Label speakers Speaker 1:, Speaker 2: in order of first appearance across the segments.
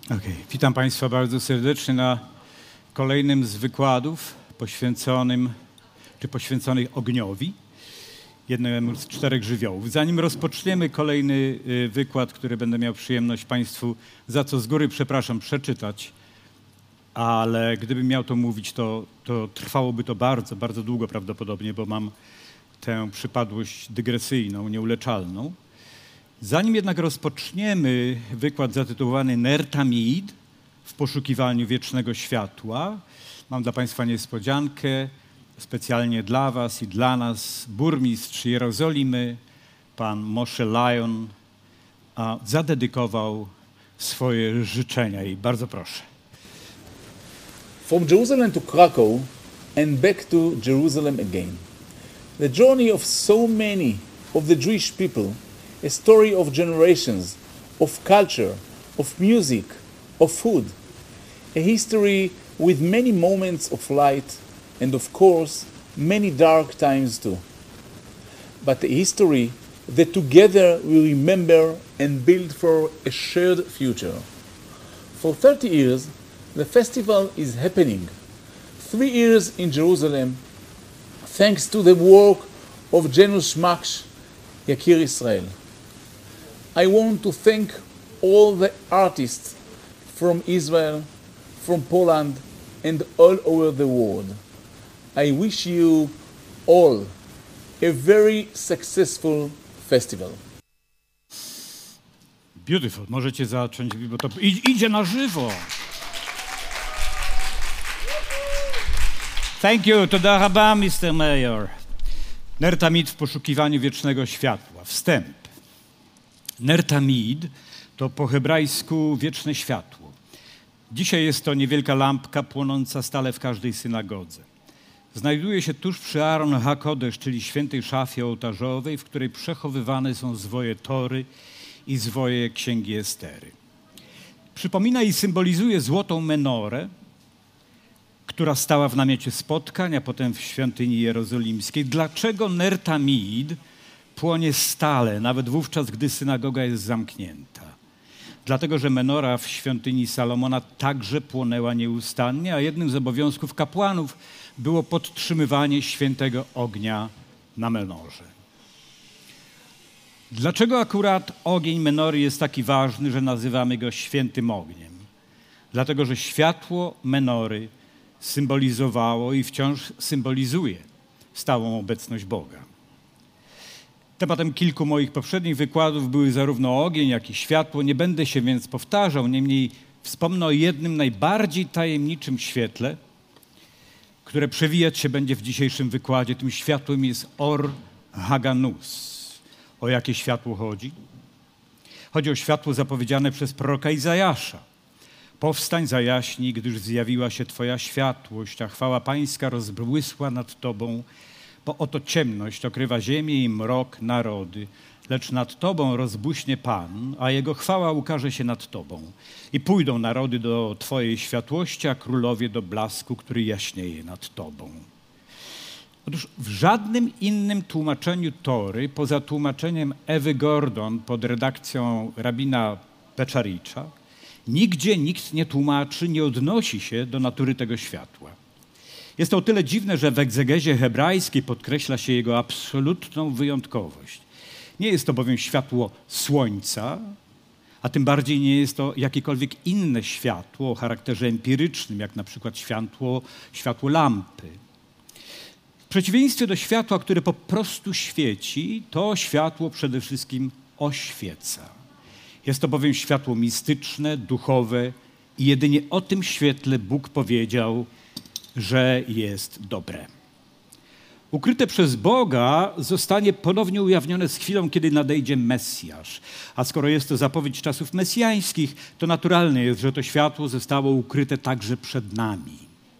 Speaker 1: Witam Państwa bardzo serdecznie na kolejnym z wykładów poświęconych ogniowi, jednemu z 4 żywiołów. Zanim rozpoczniemy kolejny wykład, który będę miał przyjemność Państwu, za co z góry przepraszam, przeczytać, ale gdybym miał to mówić, to trwałoby to bardzo, bardzo długo prawdopodobnie, bo mam tę przypadłość dygresyjną, nieuleczalną. Zanim jednak rozpoczniemy wykład zatytułowany Ner Tamid w poszukiwaniu wiecznego światła, mam dla Państwa niespodziankę, specjalnie dla Was i dla nas burmistrz Jerozolimy, pan Moshe Lion, zadedykował swoje życzenia i bardzo proszę.
Speaker 2: From Jerusalem to Krakow and back to Jerusalem again. The journey of so many of the Jewish people, a story of generations, of culture, of music, of food, a history with many moments of light and of course many dark times too. But a history that together we remember and build for a shared future. For 30 years, the festival is happening. 3 years in Jerusalem, thanks to the work of Janusz Maksh, Yakir Israel. I want to thank all the artists from Israel, from Poland, and all over the world. I wish you all a very successful festival.
Speaker 1: Beautiful. Możecie zacząć, bo to idzie na żywo. Thank you. Toda rabba, Mr. Mayor. Ner Tamid w poszukiwaniu wiecznego światła. Wstęp. Ner Tamid to po hebrajsku wieczne światło. Dzisiaj jest to niewielka lampka płonąca stale w każdej synagodze. Znajduje się tuż przy Aron HaKodesh, czyli świętej szafie ołtarzowej, w której przechowywane są zwoje Tory i zwoje Księgi Estery. Przypomina i symbolizuje złotą menorę, która stała w namiocie spotkań, a potem w świątyni jerozolimskiej. Dlaczego Ner Tamid płonie stale, nawet wówczas, gdy synagoga jest zamknięta? Dlatego, że menora w świątyni Salomona także płonęła nieustannie, a jednym z obowiązków kapłanów było podtrzymywanie świętego ognia na menorze. Dlaczego akurat ogień menory jest taki ważny, że nazywamy go świętym ogniem? Dlatego, że światło menory symbolizowało i wciąż symbolizuje stałą obecność Boga. Tematem kilku moich poprzednich wykładów były zarówno ogień, jak i światło. Nie będę się więc powtarzał, niemniej wspomnę o jednym najbardziej tajemniczym świetle, które przewijać się będzie w dzisiejszym wykładzie. Tym światłem jest Or Haganus. O jakie światło chodzi? Chodzi o światło zapowiedziane przez proroka Izajasza. Powstań, zajaśnij, gdyż zjawiła się Twoja światłość, a chwała Pańska rozbłysła nad Tobą, bo oto ciemność okrywa ziemię i mrok narody, lecz nad Tobą rozbłyśnie Pan, a Jego chwała ukaże się nad Tobą. I pójdą narody do Twojej światłości, a królowie do blasku, który jaśnieje nad Tobą. Otóż w żadnym innym tłumaczeniu Tory, poza tłumaczeniem Ewy Gordon pod redakcją rabina Peczaricza, nigdzie nikt nie tłumaczy, nie odnosi się do natury tego światła. Jest to o tyle dziwne, że w egzegezie hebrajskiej podkreśla się jego absolutną wyjątkowość. Nie jest to bowiem światło słońca, a tym bardziej nie jest to jakiekolwiek inne światło o charakterze empirycznym, jak na przykład światło lampy. W przeciwieństwie do światła, które po prostu świeci, to światło przede wszystkim oświeca. Jest to bowiem światło mistyczne, duchowe i jedynie o tym świetle Bóg powiedział, że jest dobre. Ukryte przez Boga zostanie ponownie ujawnione z chwilą, kiedy nadejdzie Mesjasz. A skoro jest to zapowiedź czasów mesjańskich, to naturalne jest, że to światło zostało ukryte także przed nami.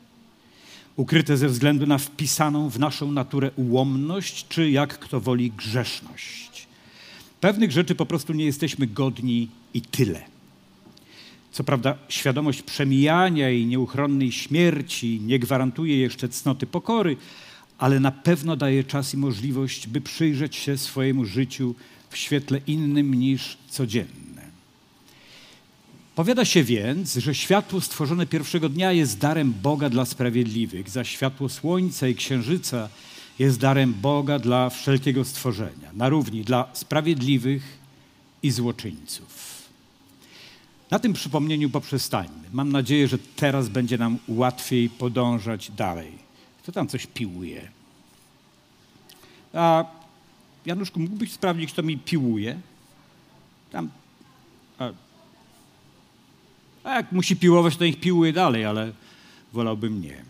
Speaker 1: Ukryte ze względu na wpisaną w naszą naturę ułomność, czy jak kto woli grzeszność. Pewnych rzeczy po prostu nie jesteśmy godni i tyle. Co prawda świadomość przemijania i nieuchronnej śmierci nie gwarantuje jeszcze cnoty pokory, ale na pewno daje czas i możliwość, by przyjrzeć się swojemu życiu w świetle innym niż codzienne. Powiada się więc, że światło stworzone pierwszego dnia jest darem Boga dla sprawiedliwych, zaś światło słońca i księżyca jest darem Boga dla wszelkiego stworzenia, na równi dla sprawiedliwych i złoczyńców. Na tym przypomnieniu poprzestańmy. Mam nadzieję, że teraz będzie nam łatwiej podążać dalej. Kto tam coś piłuje? A Januszku, mógłbyś sprawdzić, kto mi piłuje? Tam... A jak musi piłować, to niech piłuje dalej, ale wolałbym nie.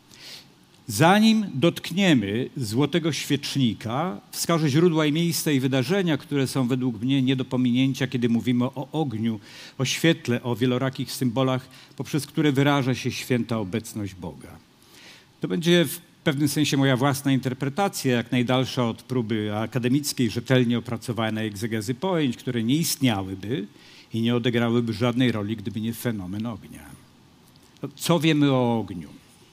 Speaker 1: Zanim dotkniemy złotego świecznika, wskażę źródła i miejsca i wydarzenia, które są według mnie nie do pominięcia, kiedy mówimy o ogniu, o świetle, o wielorakich symbolach, poprzez które wyraża się święta obecność Boga. To będzie w pewnym sensie moja własna interpretacja, jak najdalsza od próby akademickiej, rzetelnie opracowanej egzegezy pojęć, które nie istniałyby i nie odegrałyby żadnej roli, gdyby nie fenomen ognia. Co wiemy o ogniu?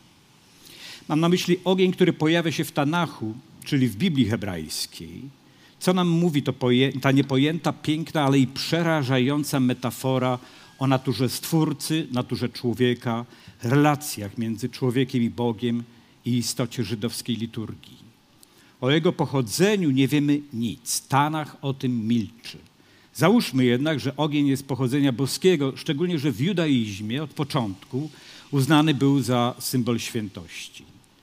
Speaker 1: Mam na myśli ogień, który pojawia się w Tanachu, czyli w Biblii hebrajskiej. Co nam mówi ta niepojęta, piękna, ale i przerażająca metafora o naturze Stwórcy, naturze człowieka, relacjach między człowiekiem i Bogiem i istocie żydowskiej liturgii. O jego pochodzeniu nie wiemy nic. Tanach o tym milczy. Załóżmy jednak, że ogień jest pochodzenia boskiego, szczególnie, że w judaizmie od początku uznany był za symbol świętości.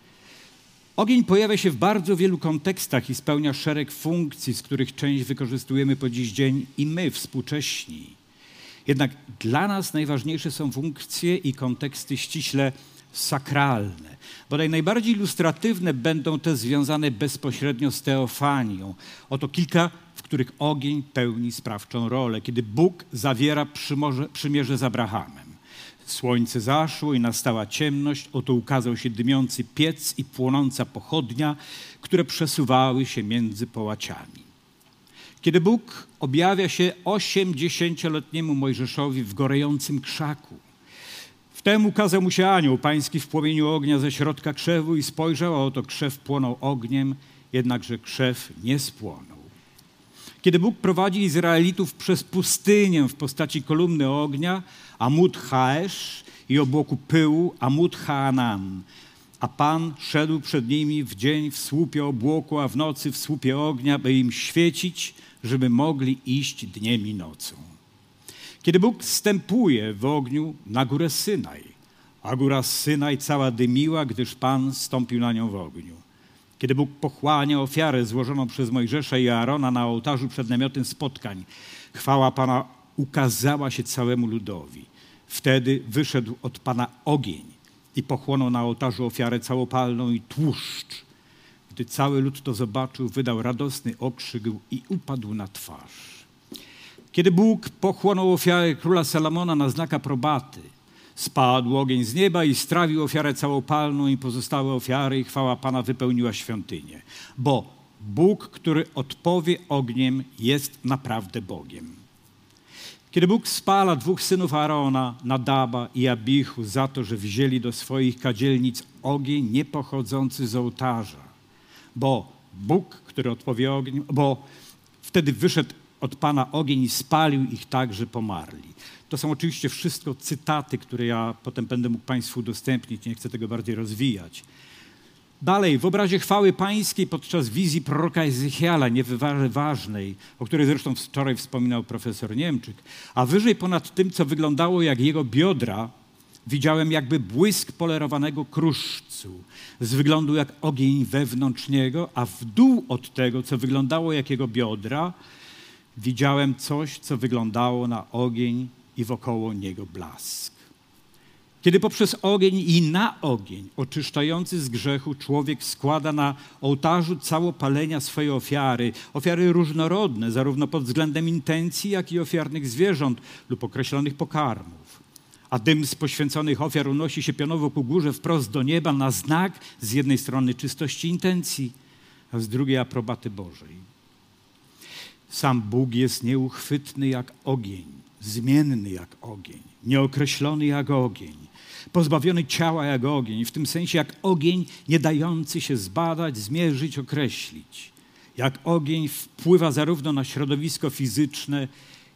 Speaker 1: Ogień pojawia się w bardzo wielu kontekstach i spełnia szereg funkcji, z których część wykorzystujemy po dziś dzień i my, współcześni. Jednak dla nas najważniejsze są funkcje i konteksty ściśle sakralne. Bodaj najbardziej ilustratywne będą te związane bezpośrednio z teofanią. Oto kilka, w których ogień pełni sprawczą rolę, kiedy Bóg zawiera przymierze z Abrahamem. Słońce zaszło i nastała ciemność, oto ukazał się dymiący piec i płonąca pochodnia, które przesuwały się między połaciami. Kiedy Bóg objawia się 80-letniemu Mojżeszowi w gorejącym krzaku, wtem ukazał mu się anioł pański w płomieniu ognia ze środka krzewu i spojrzał, a oto krzew płonął ogniem, jednakże krzew nie spłonął. Kiedy Bóg prowadzi Izraelitów przez pustynię w postaci kolumny ognia, Amud Haesz i obłoku pyłu, Amud Haanan, a Pan szedł przed nimi w dzień w słupie obłoku, a w nocy w słupie ognia, by im świecić, żeby mogli iść dniem i nocą. Kiedy Bóg zstępuje w ogniu na górę Synaj, a góra Synaj cała dymiła, gdyż Pan stąpił na nią w ogniu. Kiedy Bóg pochłania ofiarę złożoną przez Mojżesza i Aarona na ołtarzu przed namiotem spotkań, chwała Pana ukazała się całemu ludowi. Wtedy wyszedł od Pana ogień i pochłonął na ołtarzu ofiarę całopalną i tłuszcz. Gdy cały lud to zobaczył, wydał radosny okrzyk i upadł na twarz. Kiedy Bóg pochłonął ofiarę króla Salomona na znak aprobaty, spadł ogień z nieba i strawił ofiarę całopalną i pozostałe ofiary i chwała Pana wypełniła świątynię. Bo Bóg, który odpowie ogniem, jest naprawdę Bogiem. Kiedy Bóg spala dwóch synów Aarona, Nadaba i Abichu za to, że wzięli do swoich kadzielnic ogień niepochodzący z ołtarza. Bo Bóg, który odpowie ogniem, bo wtedy wyszedł od Pana ogień i spalił ich tak, że pomarli. To są oczywiście wszystko cytaty, które ja potem będę mógł Państwu udostępnić, nie chcę tego bardziej rozwijać. Dalej, w obrazie chwały pańskiej podczas wizji proroka Ezechiela, niebywale ważnej, o której zresztą wczoraj wspominał profesor Niemczyk, a wyżej ponad tym, co wyglądało jak jego biodra, widziałem jakby błysk polerowanego kruszcu, z wyglądu jak ogień wewnątrz niego, a w dół od tego, co wyglądało jak jego biodra, widziałem coś, co wyglądało na ogień i wokoło niego blask. Kiedy poprzez ogień i na ogień oczyszczający z grzechu człowiek składa na ołtarzu całopalenia swojej ofiary różnorodne, zarówno pod względem intencji, jak i ofiarnych zwierząt lub określonych pokarmów. A dym z poświęconych ofiar unosi się pionowo ku górze wprost do nieba na znak z jednej strony czystości intencji, a z drugiej aprobaty Bożej. Sam Bóg jest nieuchwytny jak ogień, zmienny jak ogień, nieokreślony jak ogień, pozbawiony ciała jak ogień, w tym sensie jak ogień nie dający się zbadać, zmierzyć, określić. Jak ogień wpływa zarówno na środowisko fizyczne,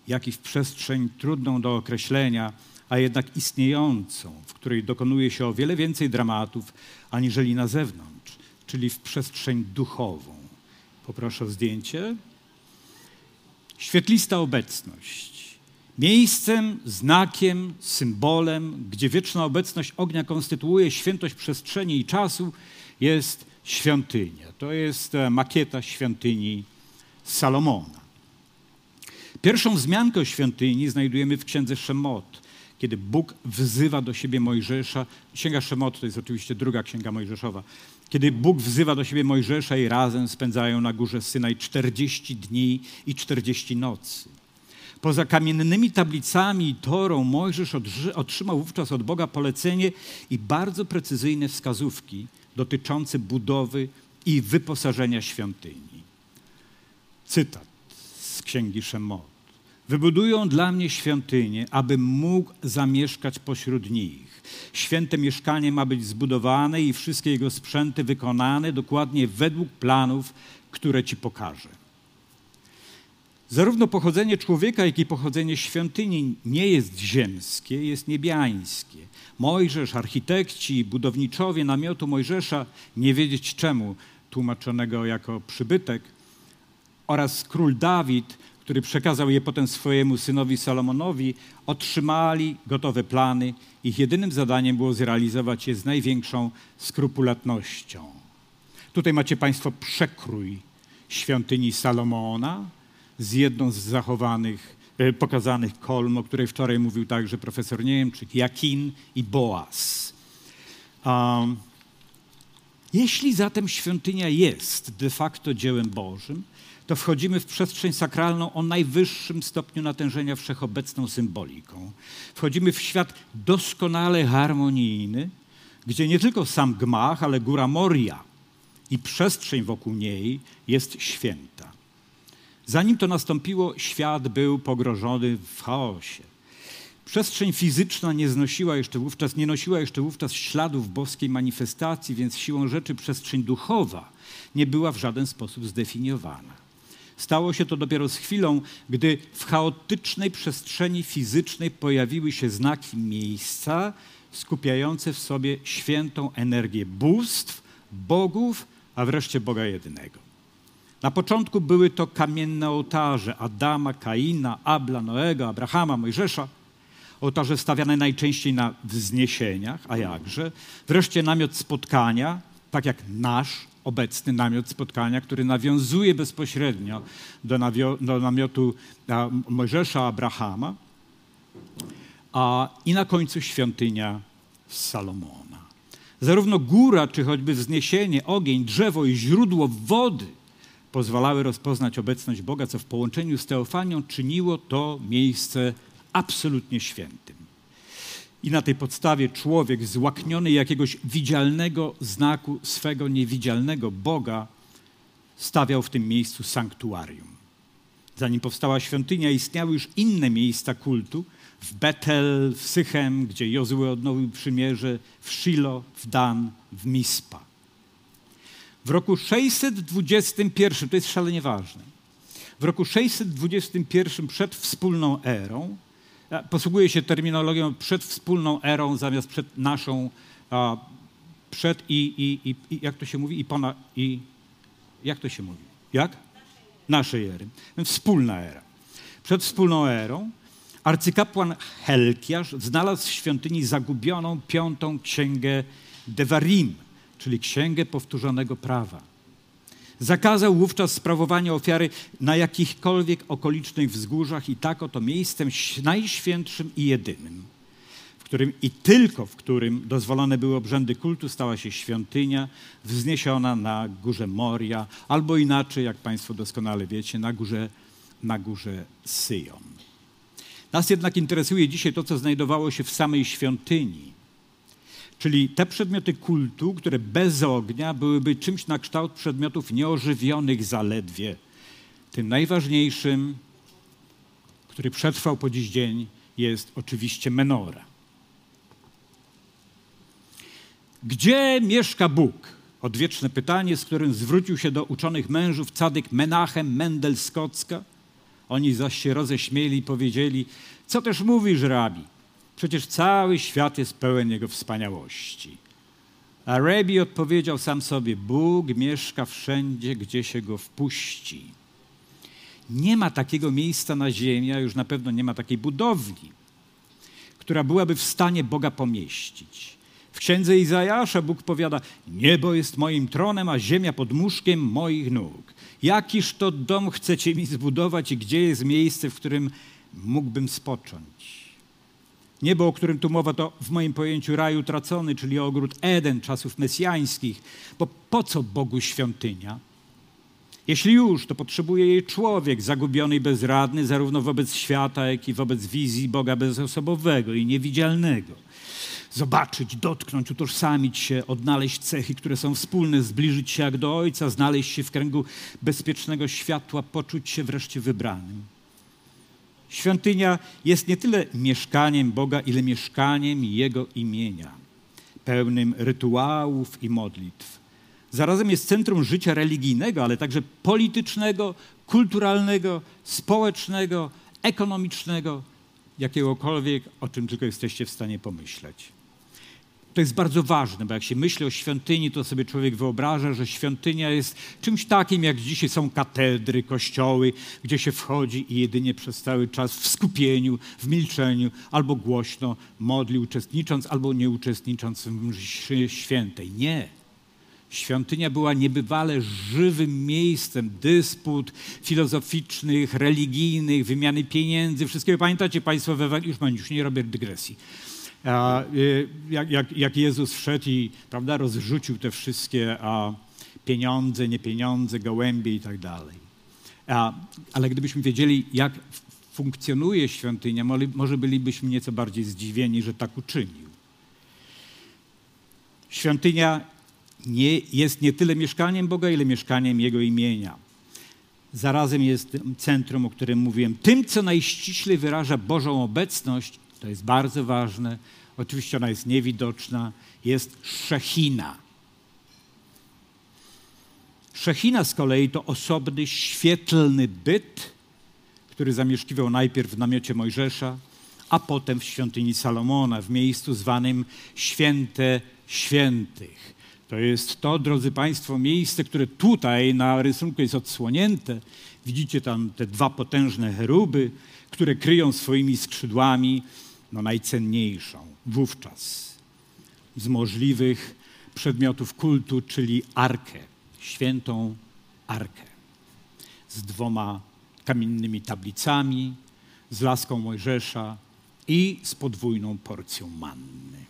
Speaker 1: jak i w przestrzeń trudną do określenia, a jednak istniejącą, w której dokonuje się o wiele więcej dramatów, aniżeli na zewnątrz, czyli w przestrzeń duchową. Poproszę o zdjęcie. Świetlista obecność. Miejscem, znakiem, symbolem, gdzie wieczna obecność ognia konstytuuje świętość przestrzeni i czasu, jest świątynia. To jest makieta świątyni Salomona. Pierwszą wzmiankę o świątyni znajdujemy w księdze Szemot, kiedy Bóg wzywa do siebie Mojżesza. Księga Szemot to jest oczywiście druga księga Mojżeszowa. Kiedy Bóg wzywa do siebie Mojżesza i razem spędzają na górze Synaj 40 dni i 40 nocy. Poza kamiennymi tablicami i Torą Mojżesz otrzymał wówczas od Boga polecenie i bardzo precyzyjne wskazówki dotyczące budowy i wyposażenia świątyni. Cytat z księgi Szemot. Wybudują dla mnie świątynię, abym mógł zamieszkać pośród nich. Święte mieszkanie ma być zbudowane i wszystkie jego sprzęty wykonane dokładnie według planów, które ci pokażę. Zarówno pochodzenie człowieka, jak i pochodzenie świątyni nie jest ziemskie, jest niebiańskie. Mojżesz, architekci, budowniczowie namiotu Mojżesza, nie wiedzieć czemu, tłumaczonego jako przybytek, oraz król Dawid, który przekazał je potem swojemu synowi Salomonowi, otrzymali gotowe plany. Ich jedynym zadaniem było zrealizować je z największą skrupulatnością. Tutaj macie Państwo przekrój świątyni Salomona z jedną z zachowanych, pokazanych kolumn, o której wczoraj mówił także profesor Niemczyk, Jakin i Boaz. Jeśli zatem świątynia jest de facto dziełem Bożym, to wchodzimy w przestrzeń sakralną o najwyższym stopniu natężenia wszechobecną symboliką. Wchodzimy w świat doskonale harmonijny, gdzie nie tylko sam gmach, ale góra Moria i przestrzeń wokół niej jest święta. Zanim to nastąpiło, świat był pogrążony w chaosie. Przestrzeń fizyczna nie nosiła jeszcze wówczas śladów boskiej manifestacji, więc siłą rzeczy przestrzeń duchowa nie była w żaden sposób zdefiniowana. Stało się to dopiero z chwilą, gdy w chaotycznej przestrzeni fizycznej pojawiły się znaki miejsca skupiające w sobie świętą energię bóstw, bogów, a wreszcie Boga jedynego. Na początku były to kamienne ołtarze Adama, Kaina, Abla, Noego, Abrahama, Mojżesza. Ołtarze stawiane najczęściej na wzniesieniach, a jakże. Wreszcie namiot spotkania, tak jak nasz obecny namiot spotkania, który nawiązuje bezpośrednio do namiotu Mojżesza, Abrahama. I na końcu świątynia Salomona. Zarówno góra, czy choćby wzniesienie, ogień, drzewo i źródło wody pozwalały rozpoznać obecność Boga, co w połączeniu z teofanią czyniło to miejsce absolutnie świętym. I na tej podstawie człowiek złakniony jakiegoś widzialnego znaku swego niewidzialnego Boga stawiał w tym miejscu sanktuarium. Zanim powstała świątynia, istniały już inne miejsca kultu, w Betel, w Sychem, gdzie Jozue odnowił przymierze, w Shilo, w Dan, w Mispa. W roku 621, to jest szalenie ważne, w roku 621 przed wspólną erą, posługuję się terminologią przed wspólną erą zamiast przed naszą, przed i jak to się mówi? Jak to się mówi? Jak? Naszej ery. Wspólna era. Przed wspólną erą arcykapłan Helkiasz znalazł w świątyni zagubioną 5. księgę Devarim, czyli księgę powtórzonego prawa. Zakazał wówczas sprawowania ofiary na jakichkolwiek okolicznych wzgórzach i tak oto miejscem najświętszym i jedynym, w którym i tylko w którym dozwolone były obrzędy kultu, stała się świątynia wzniesiona na górze Moria, albo inaczej, jak Państwo doskonale wiecie, na górze Syjon. Nas jednak interesuje dzisiaj to, co znajdowało się w samej świątyni, czyli te przedmioty kultu, które bez ognia byłyby czymś na kształt przedmiotów nieożywionych zaledwie. Tym najważniejszym, który przetrwał po dziś dzień, jest oczywiście menora. Gdzie mieszka Bóg? Odwieczne pytanie, z którym zwrócił się do uczonych mężów Cadyk Menachem Mendel z Kocka, Oni zaś się roześmieli i powiedzieli: co też mówisz, rabi? Przecież cały świat jest pełen jego wspaniałości. A rabi odpowiedział sam sobie: Bóg mieszka wszędzie, gdzie się go wpuści. Nie ma takiego miejsca na ziemi, a już na pewno nie ma takiej budowli, która byłaby w stanie Boga pomieścić. W księdze Izajasza Bóg powiada: niebo jest moim tronem, a ziemia podmuszkiem moich nóg. Jakiż to dom chcecie mi zbudować i gdzie jest miejsce, w którym mógłbym spocząć? Niebo, o którym tu mowa, to w moim pojęciu raj utracony, czyli ogród Eden czasów mesjańskich. Bo po co Bogu świątynia? Jeśli już, to potrzebuje jej człowiek zagubiony i bezradny, zarówno wobec świata, jak i wobec wizji Boga bezosobowego i niewidzialnego. Zobaczyć, dotknąć, utożsamić się, odnaleźć cechy, które są wspólne, zbliżyć się jak do Ojca, znaleźć się w kręgu bezpiecznego światła, poczuć się wreszcie wybranym. Świątynia jest nie tyle mieszkaniem Boga, ile mieszkaniem Jego imienia, pełnym rytuałów i modlitw. Zarazem jest centrum życia religijnego, ale także politycznego, kulturalnego, społecznego, ekonomicznego, jakiegokolwiek, o czym tylko jesteście w stanie pomyśleć. To jest bardzo ważne, bo jak się myśli o świątyni, to sobie człowiek wyobraża, że świątynia jest czymś takim, jak dzisiaj są katedry, kościoły, gdzie się wchodzi i jedynie przez cały czas w skupieniu, w milczeniu, albo głośno modli, uczestnicząc, albo nie uczestnicząc w mszy świętej. Nie. Świątynia była niebywale żywym miejscem dysput filozoficznych, religijnych, wymiany pieniędzy, wszystkiego. Pamiętacie Państwo w Ewangelii, już nie robię dygresji, jak Jezus wszedł i, prawda, rozrzucił te wszystkie pieniądze, niepieniądze, gołębie i tak dalej. Ale gdybyśmy wiedzieli, jak funkcjonuje świątynia, może bylibyśmy nieco bardziej zdziwieni, że tak uczynił. Świątynia jest nie tyle mieszkaniem Boga, ile mieszkaniem Jego imienia. Zarazem jest centrum, o którym mówiłem. Tym, co najściślej wyraża Bożą obecność, to jest bardzo ważne, oczywiście ona jest niewidoczna, jest Szechina. Szechina z kolei to osobny, świetlny byt, który zamieszkiwał najpierw w namiocie Mojżesza, a potem w świątyni Salomona, w miejscu zwanym Święte Świętych. To jest to, drodzy Państwo, miejsce, które tutaj na rysunku jest odsłonięte. Widzicie tam te dwa potężne cheruby, które kryją swoimi skrzydłami najcenniejszą wówczas z możliwych przedmiotów kultu, czyli arkę, świętą arkę z 2 kamiennymi tablicami, z laską Mojżesza i z podwójną porcją manny.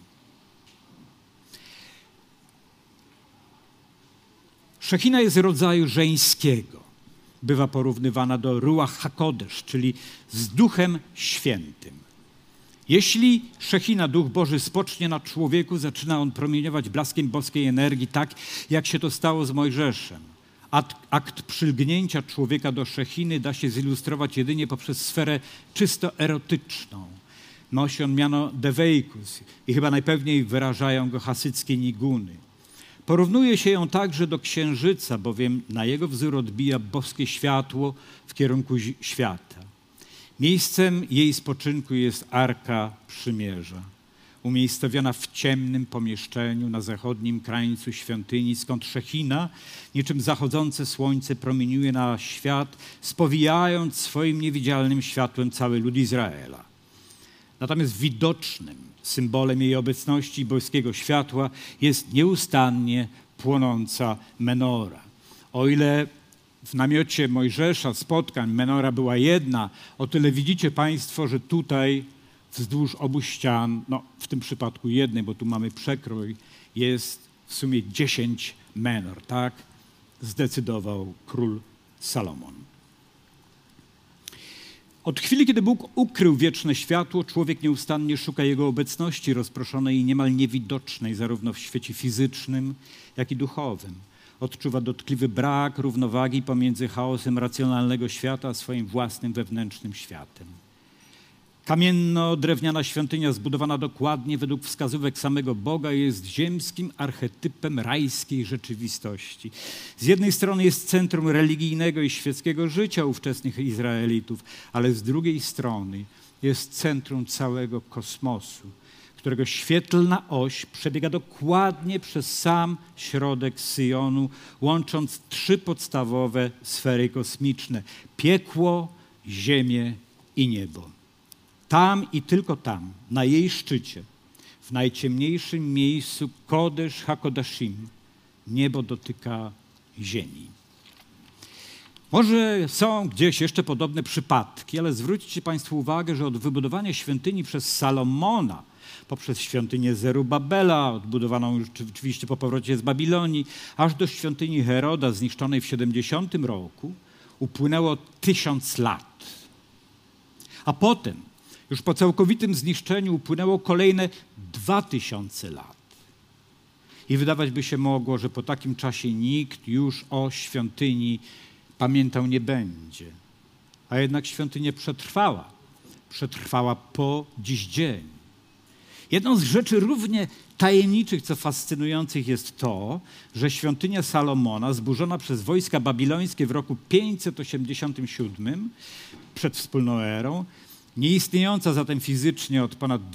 Speaker 1: Szechina jest rodzaju żeńskiego. Bywa porównywana do Ruach HaKodesz, czyli z Duchem Świętym. Jeśli Szechina, Duch Boży, spocznie na człowieku, zaczyna on promieniować blaskiem boskiej energii, tak jak się to stało z Mojżeszem. Akt przylgnięcia człowieka do Szechiny da się zilustrować jedynie poprzez sferę czysto erotyczną. Nosi on miano Deveikus i chyba najpewniej wyrażają go hasyckie niguny. Porównuje się ją także do księżyca, bowiem na jego wzór odbija boskie światło w kierunku świata. Miejscem jej spoczynku jest Arka Przymierza, umiejscowiona w ciemnym pomieszczeniu na zachodnim krańcu świątyni, skąd Szechina, niczym zachodzące słońce, promieniuje na świat, spowijając swoim niewidzialnym światłem cały lud Izraela. Natomiast widocznym symbolem jej obecności i boskiego światła jest nieustannie płonąca menora. O ile w namiocie Mojżesza spotkań menora była jedna, o tyle widzicie Państwo, że tutaj wzdłuż obu ścian, w tym przypadku jednej, bo tu mamy przekrój, jest w sumie 10 menor, tak zdecydował król Salomon. Od chwili, kiedy Bóg ukrył wieczne światło, człowiek nieustannie szuka Jego obecności rozproszonej i niemal niewidocznej, zarówno w świecie fizycznym, jak i duchowym. Odczuwa dotkliwy brak równowagi pomiędzy chaosem racjonalnego świata a swoim własnym wewnętrznym światem. Kamienno-drewniana świątynia zbudowana dokładnie według wskazówek samego Boga jest ziemskim archetypem rajskiej rzeczywistości. Z jednej strony jest centrum religijnego i świeckiego życia ówczesnych Izraelitów, ale z drugiej strony jest centrum całego kosmosu, którego świetlna oś przebiega dokładnie przez sam środek Syjonu, łącząc 3 podstawowe sfery kosmiczne: piekło, ziemię i niebo. Tam i tylko tam, na jej szczycie, w najciemniejszym miejscu Kodesz HaKodashim, niebo dotyka ziemi. Może są gdzieś jeszcze podobne przypadki, ale zwróćcie Państwo uwagę, że od wybudowania świątyni przez Salomona, poprzez świątynię Zerubabela, odbudowaną oczywiście po powrocie z Babilonii, aż do świątyni Heroda zniszczonej w 70 roku, upłynęło 1000 lat. A potem, już po całkowitym zniszczeniu, upłynęło kolejne 2000 lat. I wydawać by się mogło, że po takim czasie nikt już o świątyni pamiętał nie będzie. A jednak świątynia przetrwała po dziś dzień. Jedną z rzeczy równie tajemniczych, co fascynujących jest to, że świątynia Salomona, zburzona przez wojska babilońskie w roku 587 przed wspólną erą, nieistniejąca zatem fizycznie od ponad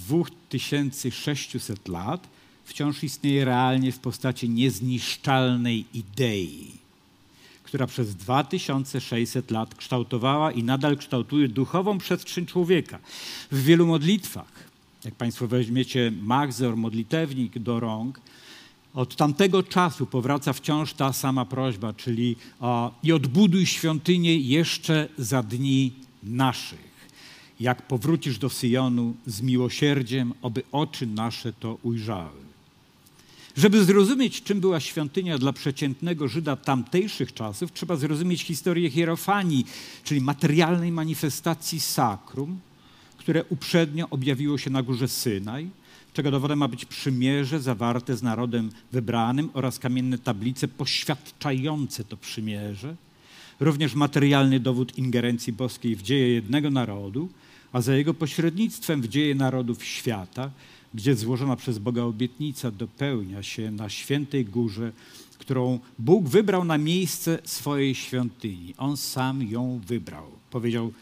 Speaker 1: 2600 lat, wciąż istnieje realnie w postaci niezniszczalnej idei, która przez 2600 lat kształtowała i nadal kształtuje duchową przestrzeń człowieka. W wielu modlitwach, jak Państwo weźmiecie Machzor, modlitewnik do rąk, od tamtego czasu powraca wciąż ta sama prośba, czyli i odbuduj świątynię jeszcze za dni naszych. Jak powrócisz do Syjonu z miłosierdziem, oby oczy nasze to ujrzały. Żeby zrozumieć, czym była świątynia dla przeciętnego Żyda tamtejszych czasów, trzeba zrozumieć historię hierofanii, czyli materialnej manifestacji sakrum, które uprzednio objawiło się na górze Synaj, czego dowodem ma być przymierze zawarte z narodem wybranym oraz kamienne tablice poświadczające to przymierze. Również materialny dowód ingerencji boskiej w dzieje jednego narodu, a za jego pośrednictwem w dzieje narodów świata, gdzie złożona przez Boga obietnica dopełnia się na świętej górze, którą Bóg wybrał na miejsce swojej świątyni. On sam ją wybrał. Powiedział,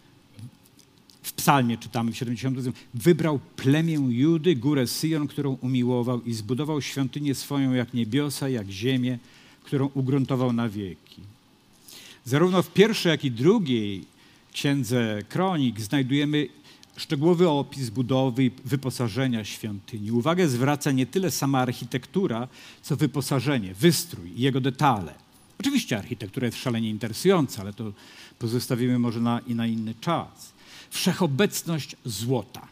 Speaker 1: w psalmie czytamy w 70, wybrał plemię Judy, górę Syjon, którą umiłował i zbudował świątynię swoją jak niebiosa, jak ziemię, którą ugruntował na wieki. Zarówno w pierwszej, jak i drugiej księdze Kronik znajdujemy szczegółowy opis budowy i wyposażenia świątyni. Uwagę zwraca nie tyle sama architektura, co wyposażenie, wystrój i jego detale. Oczywiście architektura jest szalenie interesująca, ale to pozostawimy może na inny czas. Wszechobecność złota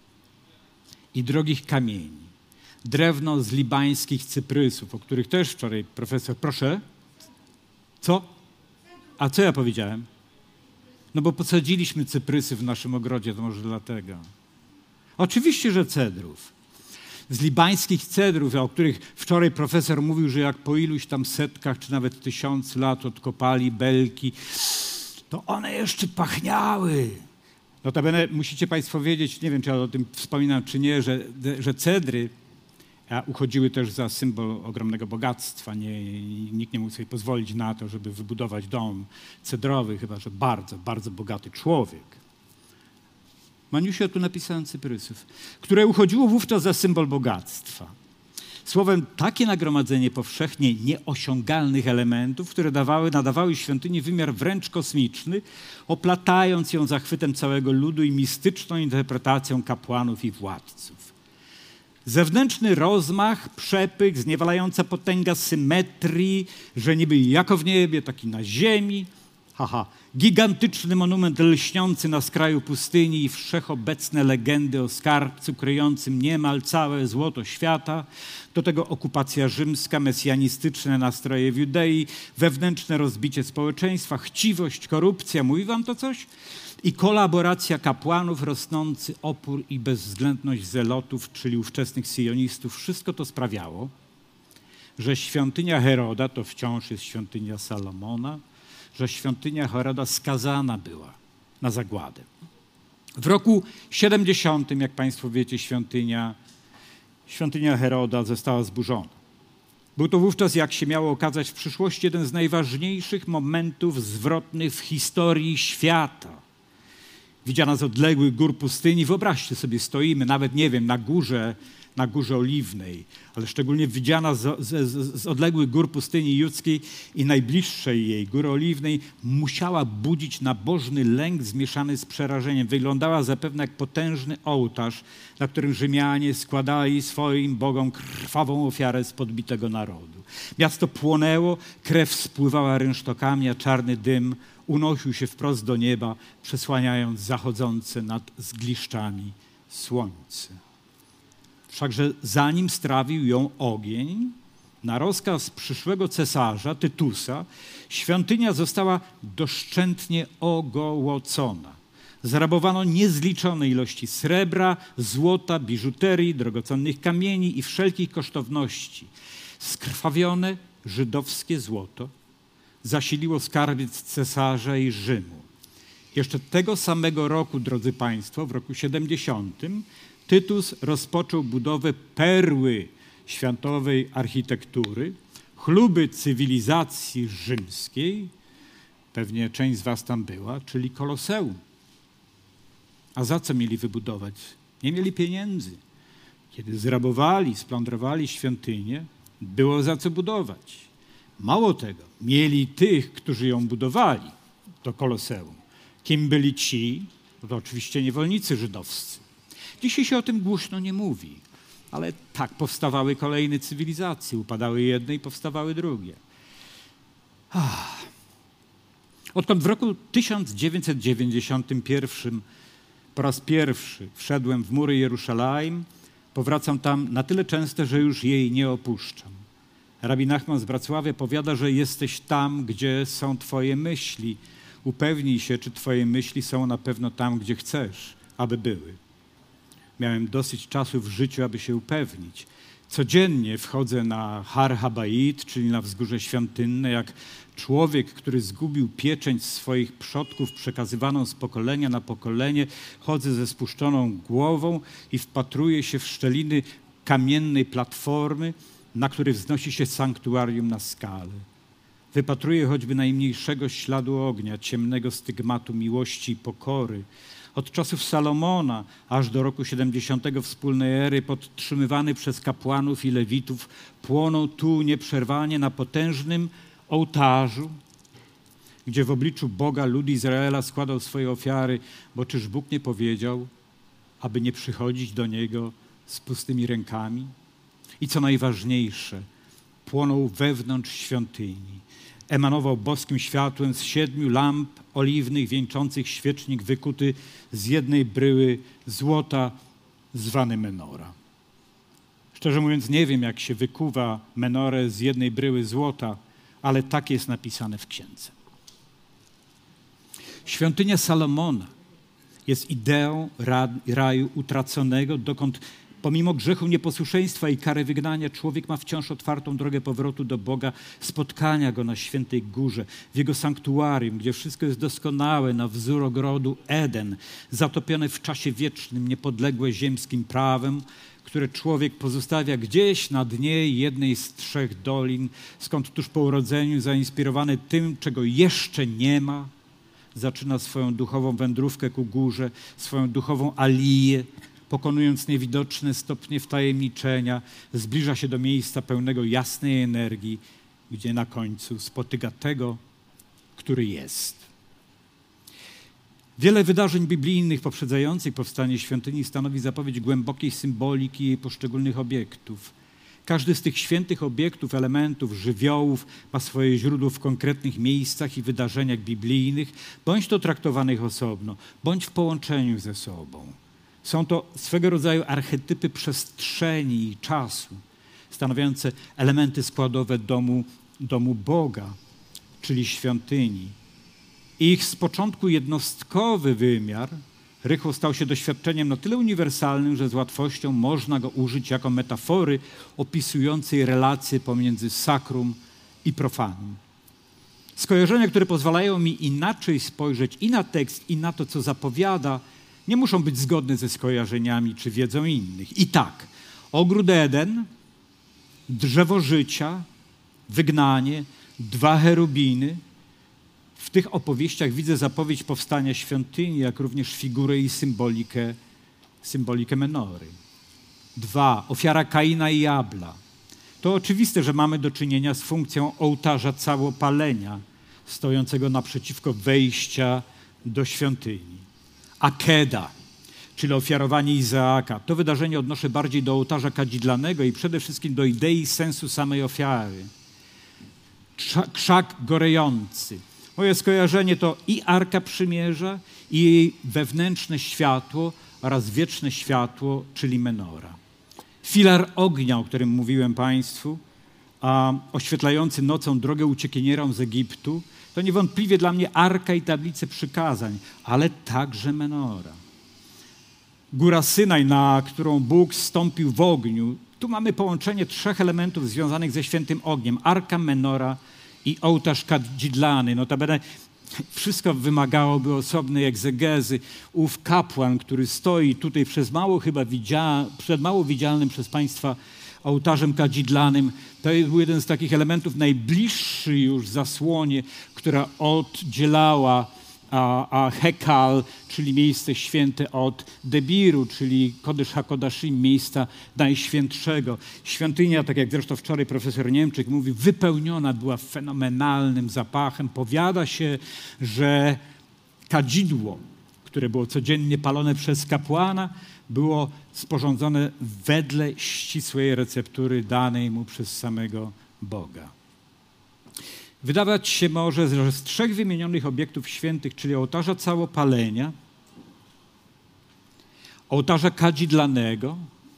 Speaker 1: i drogich kamieni, drewno z libańskich cyprysów, o których też wczoraj profesor... Proszę? Co? A co ja powiedziałem? No bo posadziliśmy cyprysy w naszym ogrodzie, to może dlatego. Oczywiście, że cedrów. Z libańskich cedrów, o których wczoraj profesor mówił, że jak po iluś tam setkach, czy nawet 1000 lat odkopali belki, to one jeszcze pachniały. Notabene musicie Państwo wiedzieć, nie wiem, czy ja o tym wspominam, czy nie, że cedry uchodziły też za symbol ogromnego bogactwa. Nikt nie mógł sobie pozwolić na to, żeby wybudować dom cedrowy, chyba że bardzo, bardzo bogaty człowiek. Maniusiu, ja tu napisałem cyprysów, które uchodziło wówczas za symbol bogactwa. Słowem, takie nagromadzenie powszechnie nieosiągalnych elementów, które nadawały świątyni wymiar wręcz kosmiczny, oplatając ją zachwytem całego ludu i mistyczną interpretacją kapłanów i władców. Zewnętrzny rozmach, przepych, zniewalająca potęga symetrii, że niby jako w niebie, tak i na ziemi. Gigantyczny monument lśniący na skraju pustyni i wszechobecne legendy o skarbcu kryjącym niemal całe złoto świata. Do tego okupacja rzymska, mesjanistyczne nastroje w Judei, wewnętrzne rozbicie społeczeństwa, chciwość, korupcja. Mówi wam to coś? I kolaboracja kapłanów, rosnący opór i bezwzględność zelotów, czyli ówczesnych syjonistów. Wszystko to sprawiało, że świątynia Heroda to wciąż jest świątynia Salomona, że świątynia Heroda skazana była na zagładę. W roku 70, jak Państwo wiecie, świątynia Heroda została zburzona. Był to wówczas, jak się miało okazać w przyszłości, jeden z najważniejszych momentów zwrotnych w historii świata. Widziana z odległych gór pustyni, wyobraźcie sobie, stoimy nawet, nie wiem, na Górze Oliwnej, ale szczególnie widziana z odległych gór pustyni judzkiej i najbliższej jej, Góry Oliwnej, musiała budzić nabożny lęk zmieszany z przerażeniem. Wyglądała zapewne jak potężny ołtarz, na którym Rzymianie składali swoim bogom krwawą ofiarę z podbitego narodu. Miasto płonęło, krew spływała rynsztokami, a czarny dym unosił się wprost do nieba, przesłaniając zachodzące nad zgliszczami słońce. Wszakże zanim strawił ją ogień, na rozkaz przyszłego cesarza Tytusa, świątynia została doszczętnie ogołocona. Zrabowano niezliczone ilości srebra, złota, biżuterii, drogocennych kamieni i wszelkich kosztowności. Skrwawione żydowskie złoto zasiliło skarbiec cesarza i Rzymu. Jeszcze tego samego roku, drodzy Państwo, w roku 70, Tytus rozpoczął budowę perły światowej architektury, chluby cywilizacji rzymskiej, pewnie część z was tam była, czyli Koloseum. A za co mieli wybudować? Nie mieli pieniędzy. Kiedy zrabowali, splądrowali świątynię, było za co budować. Mało tego, mieli tych, którzy ją budowali, to Koloseum. Kim byli ci? No to oczywiście niewolnicy żydowscy. Dzisiaj się o tym głośno nie mówi, ale tak powstawały kolejne cywilizacje. Upadały jedne i powstawały drugie. Odkąd w roku 1991 po raz pierwszy wszedłem w mury Jerusalem, powracam tam na tyle często, że już jej nie opuszczam. Rabbi Nachman z Wrocławia powiada, że jesteś tam, gdzie są twoje myśli. Upewnij się, czy twoje myśli są na pewno tam, gdzie chcesz, aby były. Miałem dosyć czasu w życiu, aby się upewnić. Codziennie wchodzę na Har Habayit, czyli na wzgórze świątynne, jak człowiek, który zgubił pieczęć swoich przodków przekazywaną z pokolenia na pokolenie. Chodzę ze spuszczoną głową i wpatruję się w szczeliny kamiennej platformy, na której wznosi się sanktuarium na skale. Wypatruję choćby najmniejszego śladu ognia, ciemnego stygmatu miłości i pokory. Od czasów Salomona aż do roku 70 wspólnej ery, podtrzymywany przez kapłanów i lewitów, płonął tu nieprzerwanie na potężnym ołtarzu, gdzie w obliczu Boga lud Izraela składał swoje ofiary, bo czyż Bóg nie powiedział, aby nie przychodzić do Niego z pustymi rękami? I co najważniejsze, płonął wewnątrz świątyni. Emanował boskim światłem z 7 lamp oliwnych wieńczących świecznik wykuty z jednej bryły złota zwany menora. Szczerze mówiąc, nie wiem, jak się wykuwa menorę z jednej bryły złota, ale tak jest napisane w księdze. Świątynia Salomona jest ideą raju utraconego, dokąd pomimo grzechu nieposłuszeństwa i kary wygnania człowiek ma wciąż otwartą drogę powrotu do Boga, spotkania Go na świętej górze, w Jego sanktuarium, gdzie wszystko jest doskonałe na wzór ogrodu Eden, zatopione w czasie wiecznym, niepodległe ziemskim prawem, które człowiek pozostawia gdzieś na dnie jednej z 3 dolin, skąd tuż po urodzeniu, zainspirowany tym, czego jeszcze nie ma, zaczyna swoją duchową wędrówkę ku górze, swoją duchową aliję, pokonując niewidoczne stopnie wtajemniczenia, zbliża się do miejsca pełnego jasnej energii, gdzie na końcu spotyka tego, który jest. Wiele wydarzeń biblijnych poprzedzających powstanie świątyni stanowi zapowiedź głębokiej symboliki jej poszczególnych obiektów. Każdy z tych świętych obiektów, elementów, żywiołów ma swoje źródło w konkretnych miejscach i wydarzeniach biblijnych, bądź to traktowanych osobno, bądź w połączeniu ze sobą. Są to swego rodzaju archetypy przestrzeni i czasu, stanowiące elementy składowe domu Boga, czyli świątyni. Ich z początku jednostkowy wymiar rychło stał się doświadczeniem na tyle uniwersalnym, że z łatwością można go użyć jako metafory opisującej relacje pomiędzy sakrum i profanum. Skojarzenia, które pozwalają mi inaczej spojrzeć i na tekst, i na to, co zapowiada, nie muszą być zgodne ze skojarzeniami czy wiedzą innych. I tak, ogród Eden, drzewo życia, wygnanie, 2 cherubiny. W tych opowieściach widzę zapowiedź powstania świątyni, jak również figurę i symbolikę menory. 2. Ofiara Kaina i Abla. To oczywiste, że mamy do czynienia z funkcją ołtarza całopalenia, stojącego naprzeciwko wejścia do świątyni. Akeda, czyli ofiarowanie Izaaka. To wydarzenie odnoszę bardziej do ołtarza kadzidlanego i przede wszystkim do idei sensu samej ofiary. Krzak gorejący. Moje skojarzenie to i Arka Przymierza, i jej wewnętrzne światło oraz wieczne światło, czyli menora. Filar ognia, o którym mówiłem Państwu, oświetlający nocą drogę uciekinierom z Egiptu, to niewątpliwie dla mnie Arka i tablice przykazań, ale także menora. Góra Synaj, na którą Bóg zstąpił w ogniu. Tu mamy połączenie 3 elementów związanych ze świętym ogniem. Arka, menora i ołtarz kadzidlany. Notabene wszystko wymagałoby osobnej egzegezy. Ów kapłan, który stoi tutaj przed mało widzialnym przez Państwa ołtarzem kadzidlanym, to był jeden z takich elementów najbliższy już zasłonie, która oddzielała Hekal, czyli miejsce święte, od Debiru, czyli Kodesz HaKodashim, miejsca najświętszego. Świątynia, tak jak zresztą wczoraj profesor Niemczyk mówi, wypełniona była fenomenalnym zapachem. Powiada się, że kadzidło, które było codziennie palone przez kapłana, było sporządzone wedle ścisłej receptury danej mu przez samego Boga. Wydawać się może, że z 3 wymienionych obiektów świętych, czyli ołtarza całopalenia, ołtarza kadzidlanego,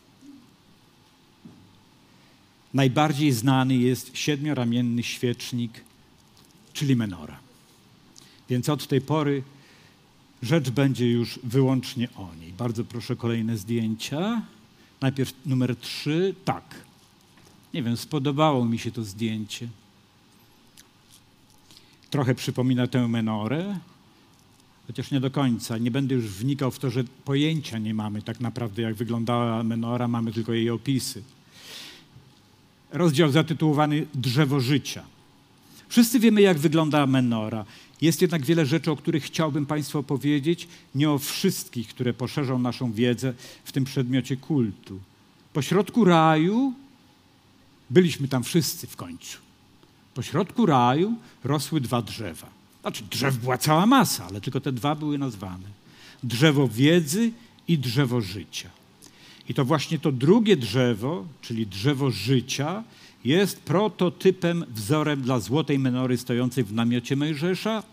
Speaker 1: najbardziej znany jest 7-ramienny świecznik, czyli menora. Więc od tej pory rzecz będzie już wyłącznie o niej. Bardzo proszę kolejne zdjęcia. Najpierw numer 3. Tak. Nie wiem, spodobało mi się to zdjęcie. Trochę przypomina tę menorę, chociaż nie do końca. Nie będę już wnikał w to, że pojęcia nie mamy tak naprawdę, jak wyglądała menora, mamy tylko jej opisy. Rozdział zatytułowany Drzewo życia. Wszyscy wiemy, jak wygląda menora. Jest jednak wiele rzeczy, o których chciałbym Państwu opowiedzieć, nie o wszystkich, które poszerzą naszą wiedzę w tym przedmiocie kultu. Pośrodku raju, byliśmy tam wszyscy w końcu. Pośrodku raju rosły 2 drzewa. Znaczy drzew była cała masa, ale tylko te 2 były nazwane. Drzewo wiedzy i drzewo życia. I to właśnie to drugie drzewo, czyli drzewo życia, jest prototypem, wzorem dla złotej menory stojącej w namiocie Mojżesza,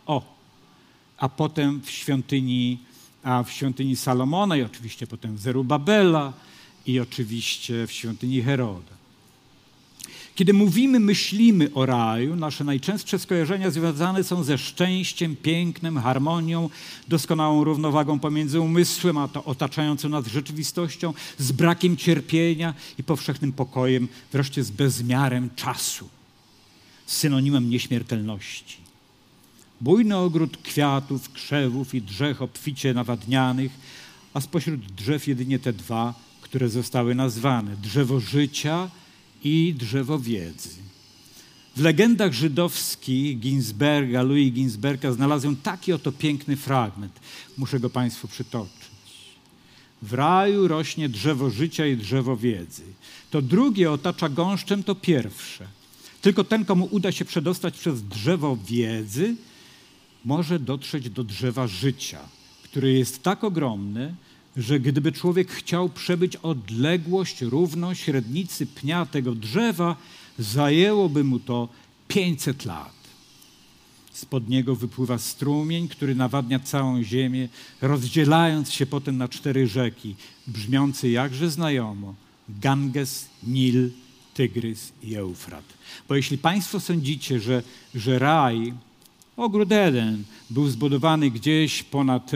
Speaker 1: a potem w świątyni Salomona i oczywiście potem w Zerubabela i oczywiście w świątyni Heroda. Kiedy myślimy o raju, nasze najczęstsze skojarzenia związane są ze szczęściem, pięknem, harmonią, doskonałą równowagą pomiędzy umysłem a to otaczającą nas rzeczywistością, z brakiem cierpienia i powszechnym pokojem, wreszcie z bezmiarem czasu, synonimem nieśmiertelności. Bujny ogród kwiatów, krzewów i drzew obficie nawadnianych, a spośród drzew jedynie te 2, które zostały nazwane: drzewo życia i drzewo wiedzy. W legendach żydowskich Louis Ginsberga znalazłem taki oto piękny fragment. Muszę go Państwu przytoczyć. W raju rośnie drzewo życia i drzewo wiedzy. To drugie otacza gąszczem to pierwsze. Tylko ten, komu uda się przedostać przez drzewo wiedzy, może dotrzeć do drzewa życia, które jest tak ogromne, że gdyby człowiek chciał przebyć odległość równą średnicy pnia tego drzewa, zajęłoby mu to 500 lat. Spod niego wypływa strumień, który nawadnia całą ziemię, rozdzielając się potem na 4 rzeki, brzmiące jakże znajomo: Ganges, Nil, Tygrys i Eufrat. Bo jeśli Państwo sądzicie, że raj, ogród Eden, był zbudowany gdzieś ponad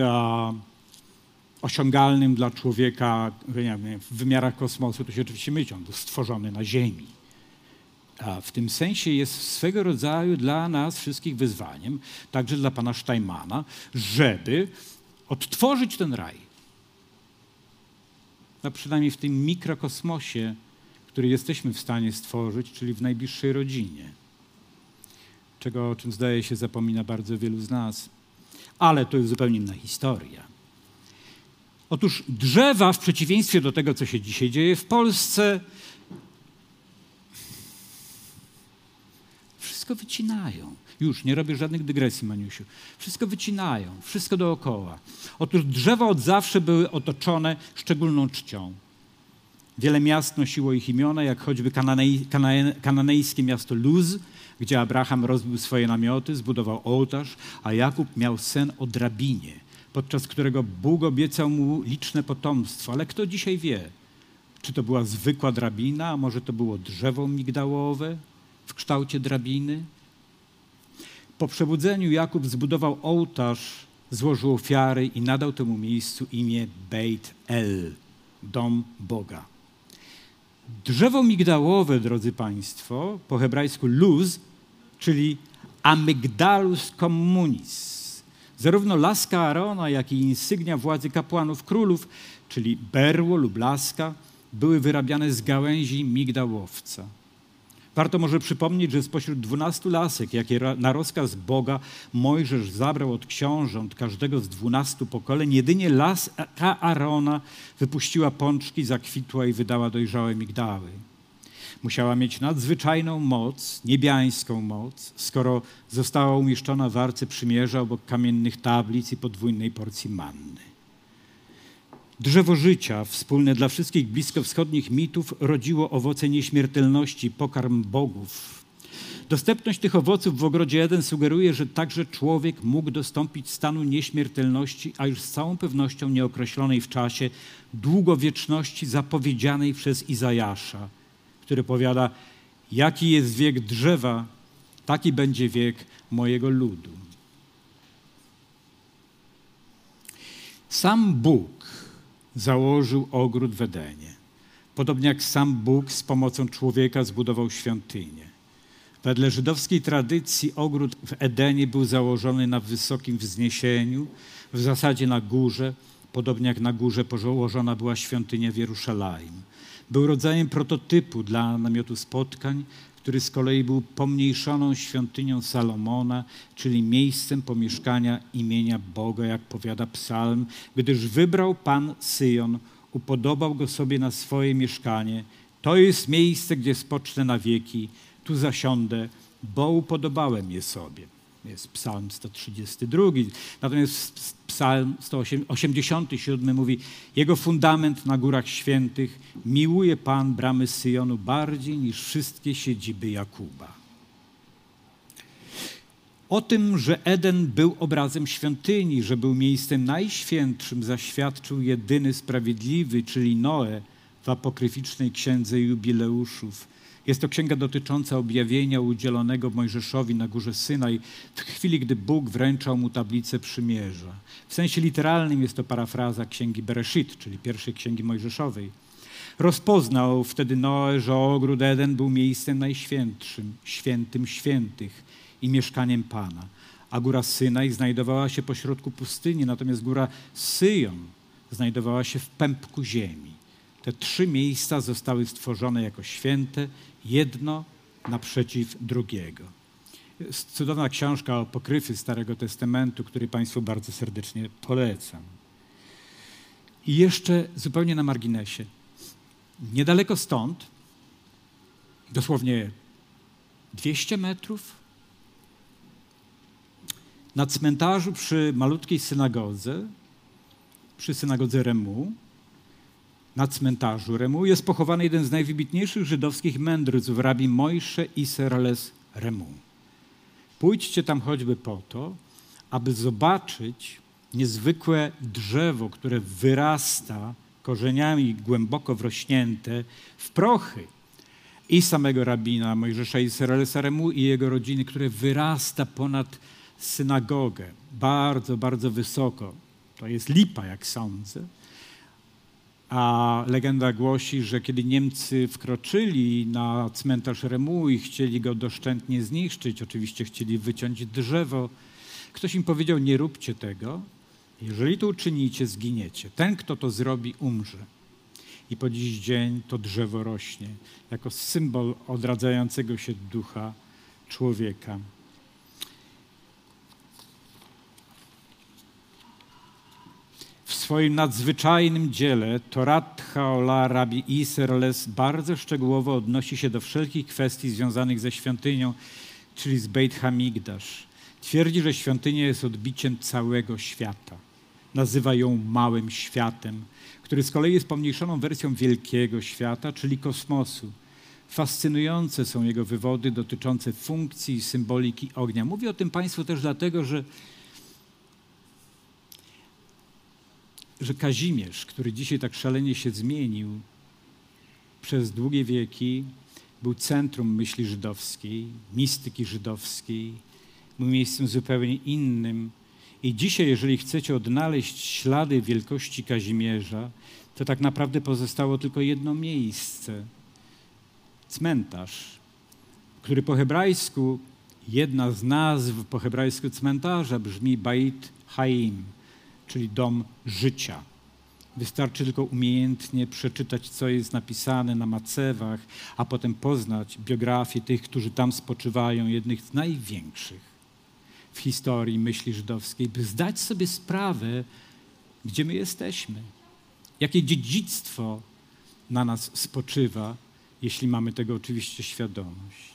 Speaker 1: osiągalnym dla człowieka w wymiarach kosmosu, to się oczywiście mylią, był stworzony na Ziemi. A w tym sensie jest swego rodzaju dla nas wszystkich wyzwaniem, także dla pana Steinmana, żeby odtworzyć ten raj, No przynajmniej w tym mikrokosmosie, który jesteśmy w stanie stworzyć, czyli w najbliższej rodzinie. O czym zdaje się zapomina bardzo wielu z nas. Ale to jest zupełnie inna historia. Otóż drzewa, w przeciwieństwie do tego, co się dzisiaj dzieje w Polsce, wszystko wycinają. Już, nie robię żadnych dygresji, Maniusiu. Wszystko wycinają, wszystko dookoła. Otóż drzewa od zawsze były otoczone szczególną czcią. Wiele miast nosiło ich imiona, jak choćby kananejskie miasto Luz, gdzie Abraham rozbił swoje namioty, zbudował ołtarz, a Jakub miał sen o drabinie, podczas którego Bóg obiecał mu liczne potomstwo. Ale kto dzisiaj wie, czy to była zwykła drabina, a może to było drzewo migdałowe w kształcie drabiny? Po przebudzeniu Jakub zbudował ołtarz, złożył ofiary i nadał temu miejscu imię Beit El, dom Boga. Drzewo migdałowe, drodzy Państwo, po hebrajsku luz, czyli amygdalus communis. Zarówno laska Aarona, jak i insygnia władzy kapłanów królów, czyli berło lub laska, były wyrabiane z gałęzi migdałowca. Warto może przypomnieć, że spośród 12 lasek, jakie na rozkaz Boga Mojżesz zabrał od książąt każdego z 12 pokoleń, jedynie laska Aarona wypuściła pączki, zakwitła i wydała dojrzałe migdały. Musiała mieć nadzwyczajną moc, niebiańską moc, skoro została umieszczona w Arce Przymierza obok kamiennych tablic i podwójnej porcji manny. Drzewo życia, wspólne dla wszystkich bliskowschodnich mitów, rodziło owoce nieśmiertelności, pokarm bogów. Dostępność tych owoców w ogrodzie Eden sugeruje, że także człowiek mógł dostąpić stanu nieśmiertelności, a już z całą pewnością nieokreślonej w czasie, długowieczności zapowiedzianej przez Izajasza, który powiada: jaki jest wiek drzewa, taki będzie wiek mojego ludu. Sam Bóg założył ogród w Edenie. Podobnie jak sam Bóg z pomocą człowieka zbudował świątynię. Wedle żydowskiej tradycji ogród w Edenie był założony na wysokim wzniesieniu, w zasadzie na górze, podobnie jak na górze położona była świątynia w Jerusalem. Był rodzajem prototypu dla namiotu spotkań, który z kolei był pomniejszoną świątynią Salomona, czyli miejscem pomieszkania imienia Boga, jak powiada psalm, gdyż wybrał Pan Syjon, upodobał go sobie na swoje mieszkanie. To jest miejsce, gdzie spocznę na wieki, tu zasiądę, bo upodobałem je sobie. Jest psalm 132. Natomiast psalm 187 mówi: jego fundament na górach świętych, miłuje Pan bramy Syjonu bardziej niż wszystkie siedziby Jakuba. O tym, że Eden był obrazem świątyni, że był miejscem najświętszym, zaświadczył jedyny sprawiedliwy, czyli Noe, w apokryficznej księdze jubileuszów. Jest to księga dotycząca objawienia udzielonego Mojżeszowi na górze Synaj w chwili, gdy Bóg wręczał mu tablicę przymierza. W sensie literalnym jest to parafraza księgi Bereshit, czyli pierwszej księgi Mojżeszowej. Rozpoznał wtedy Noe, że ogród Eden był miejscem najświętszym, świętym świętych i mieszkaniem Pana. A góra Synaj znajdowała się pośrodku pustyni, natomiast góra Syjon znajdowała się w pępku ziemi. Te 3 miejsca zostały stworzone jako święte, jedno naprzeciw drugiego. Jest cudowna książka o apokryfy Starego Testamentu, który Państwu bardzo serdecznie polecam. I jeszcze zupełnie na marginesie. Niedaleko stąd, dosłownie 200 metrów, na cmentarzu przy malutkiej synagodze, przy synagodze Remu, na cmentarzu Remu jest pochowany jeden z najwybitniejszych żydowskich mędrców, rabbi Mojsze Isserles Remu. Pójdźcie tam choćby po to, aby zobaczyć niezwykłe drzewo, które wyrasta korzeniami głęboko wrośnięte w prochy i samego rabina Mojżesza Isserlesa Remu i jego rodziny, które wyrasta ponad synagogę bardzo, bardzo wysoko. To jest lipa, jak sądzę. A legenda głosi, że kiedy Niemcy wkroczyli na cmentarz Remu i chcieli go doszczętnie zniszczyć, oczywiście chcieli wyciąć drzewo, ktoś im powiedział: nie róbcie tego, jeżeli to uczynicie, zginiecie. Ten, kto to zrobi, umrze. i po dziś dzień to drzewo rośnie jako symbol odradzającego się ducha człowieka. W swoim nadzwyczajnym dziele Torat Haola Rabbi Isserles bardzo szczegółowo odnosi się do wszelkich kwestii związanych ze świątynią, czyli z Beit Hamikdash. Twierdzi, że świątynia jest odbiciem całego świata. Nazywa ją małym światem, który z kolei jest pomniejszoną wersją wielkiego świata, czyli kosmosu. Fascynujące są jego wywody dotyczące funkcji i symboliki ognia. Mówię o tym Państwu też dlatego, że Kazimierz, który dzisiaj tak szalenie się zmienił, przez długie wieki był centrum myśli żydowskiej, mistyki żydowskiej, był miejscem zupełnie innym. I dzisiaj, jeżeli chcecie odnaleźć ślady wielkości Kazimierza, to tak naprawdę pozostało tylko jedno miejsce. Cmentarz, który po hebrajsku, jedna z nazw po hebrajsku cmentarza brzmi Beit Haim, czyli dom życia. Wystarczy tylko umiejętnie przeczytać, co jest napisane na macewach, a potem poznać biografię tych, którzy tam spoczywają, jednych z największych w historii myśli żydowskiej, by zdać sobie sprawę, gdzie my jesteśmy, jakie dziedzictwo na nas spoczywa, jeśli mamy tego oczywiście świadomość.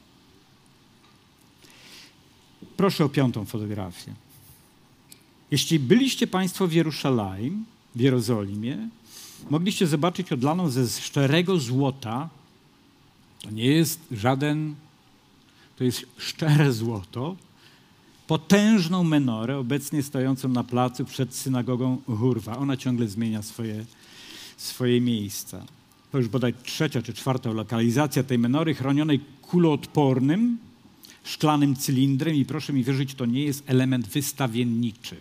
Speaker 1: Proszę o 5. fotografię. Jeśli byliście Państwo w Jerozolimie, mogliście zobaczyć odlaną ze szczerego złota, to nie jest to jest szczere złoto, potężną menorę, obecnie stojącą na placu przed synagogą Hurwa. Ona ciągle zmienia swoje miejsca. To już bodaj 3. czy 4. lokalizacja tej menory, chronionej kuloodpornym, szklanym cylindrem i proszę mi wierzyć, to nie jest element wystawienniczy.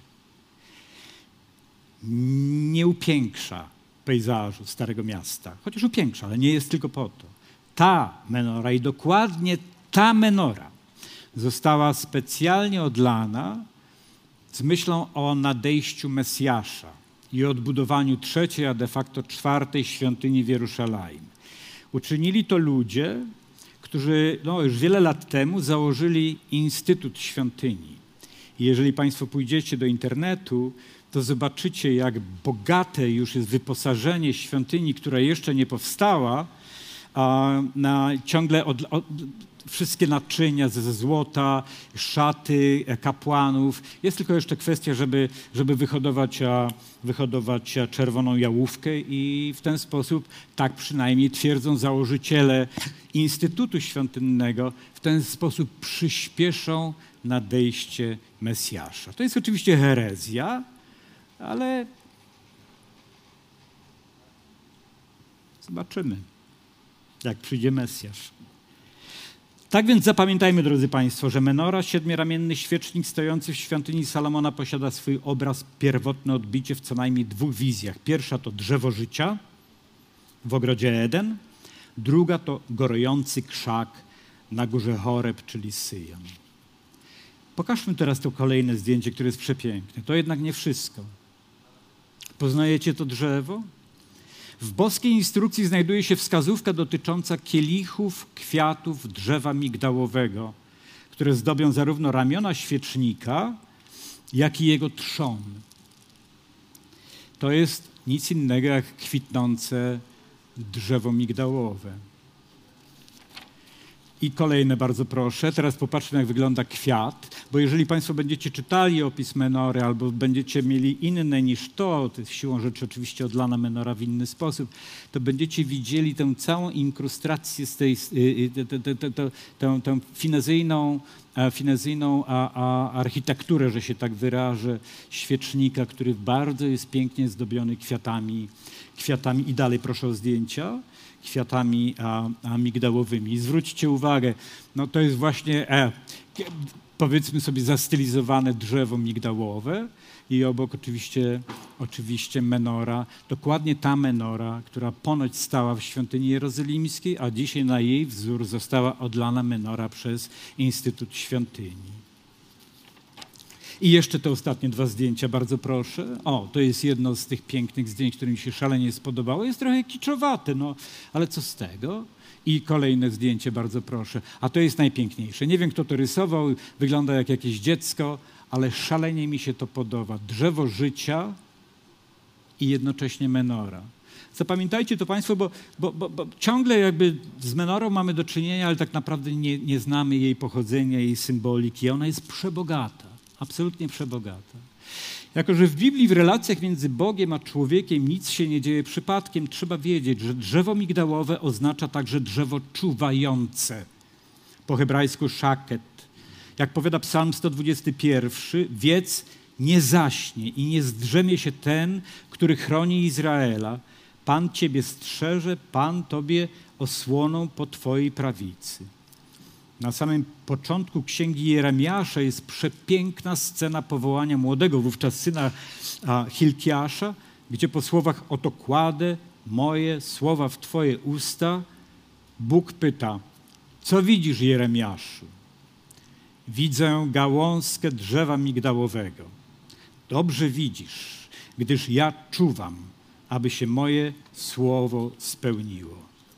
Speaker 1: Nie upiększa pejzażu Starego Miasta, chociaż upiększa, ale nie jest tylko po to. Ta menora i dokładnie ta menora została specjalnie odlana z myślą o nadejściu Mesjasza i odbudowaniu 3., a de facto 4. świątyni w Jerusalem. Uczynili to ludzie, którzy już wiele lat temu założyli Instytut Świątyni. I jeżeli Państwo pójdziecie do internetu, to zobaczycie, jak bogate już jest wyposażenie świątyni, która jeszcze nie powstała, na ciągle wszystkie naczynia ze złota, szaty kapłanów. Jest tylko jeszcze kwestia, żeby wyhodować czerwoną jałówkę i w ten sposób, tak przynajmniej twierdzą założyciele Instytutu Świątynnego, w ten sposób przyspieszą nadejście Mesjasza. To jest oczywiście herezja, ale zobaczymy, jak przyjdzie Mesjasz. Tak więc zapamiętajmy, drodzy Państwo, że menora, 7-ramienny świecznik stojący w świątyni Salomona posiada swój obraz, pierwotne odbicie w co najmniej 2 wizjach. Pierwsza to drzewo życia w ogrodzie Eden, druga to gorejący krzak na górze Horeb, czyli Syjon. Pokażmy teraz to kolejne zdjęcie, które jest przepiękne. To jednak nie wszystko. Poznajecie to drzewo? W boskiej instrukcji znajduje się wskazówka dotycząca kielichów, kwiatów drzewa migdałowego, które zdobią zarówno ramiona świecznika, jak i jego trzon. To jest nic innego jak kwitnące drzewo migdałowe. I kolejne bardzo proszę. Teraz popatrzmy, jak wygląda kwiat, bo jeżeli Państwo będziecie czytali opis menory albo będziecie mieli inne niż to jest siłą rzeczy oczywiście odlana menora w inny sposób, to będziecie widzieli tę całą inkrustrację z tę finezyjną architekturę, że się tak wyrażę, świecznika, który bardzo jest pięknie zdobiony kwiatami. I dalej proszę o zdjęcia. Kwiatami migdałowymi. I zwróćcie uwagę, to jest właśnie, powiedzmy sobie, zastylizowane drzewo migdałowe i obok oczywiście menora, dokładnie ta menora, która ponoć stała w świątyni jerozolimskiej, a dzisiaj na jej wzór została odlana menora przez Instytut Świątyni. I jeszcze te ostatnie dwa zdjęcia, bardzo proszę. O, to jest jedno z tych pięknych zdjęć, które mi się szalenie spodobało. Jest trochę kiczowate, no, ale co z tego? I kolejne zdjęcie, bardzo proszę. A to jest najpiękniejsze. Nie wiem, kto to rysował, wygląda jak jakieś dziecko, ale szalenie mi się to podoba. Drzewo życia i jednocześnie menora. Zapamiętajcie to Państwo, bo ciągle jakby z menorą mamy do czynienia, ale tak naprawdę nie znamy jej pochodzenia, jej symboliki. Ona jest przebogata, absolutnie przebogata. Jako że w Biblii w relacjach między Bogiem a człowiekiem nic się nie dzieje przypadkiem, trzeba wiedzieć, że drzewo migdałowe oznacza także drzewo czuwające. Po hebrajsku szaket. Jak powiada Psalm 121, wiec nie zaśnie i nie zdrzemie się ten, który chroni Izraela. Pan ciebie strzeże, Pan tobie osłoną po twojej prawicy. Na samym początku księgi Jeremiasza jest przepiękna scena powołania młodego wówczas syna Hilkiasza, gdzie po słowach oto kładę moje słowa w twoje usta, Bóg pyta, co widzisz, Jeremiaszu? Widzę gałązkę drzewa migdałowego. Dobrze widzisz, gdyż ja czuwam, aby się moje słowo spełniło.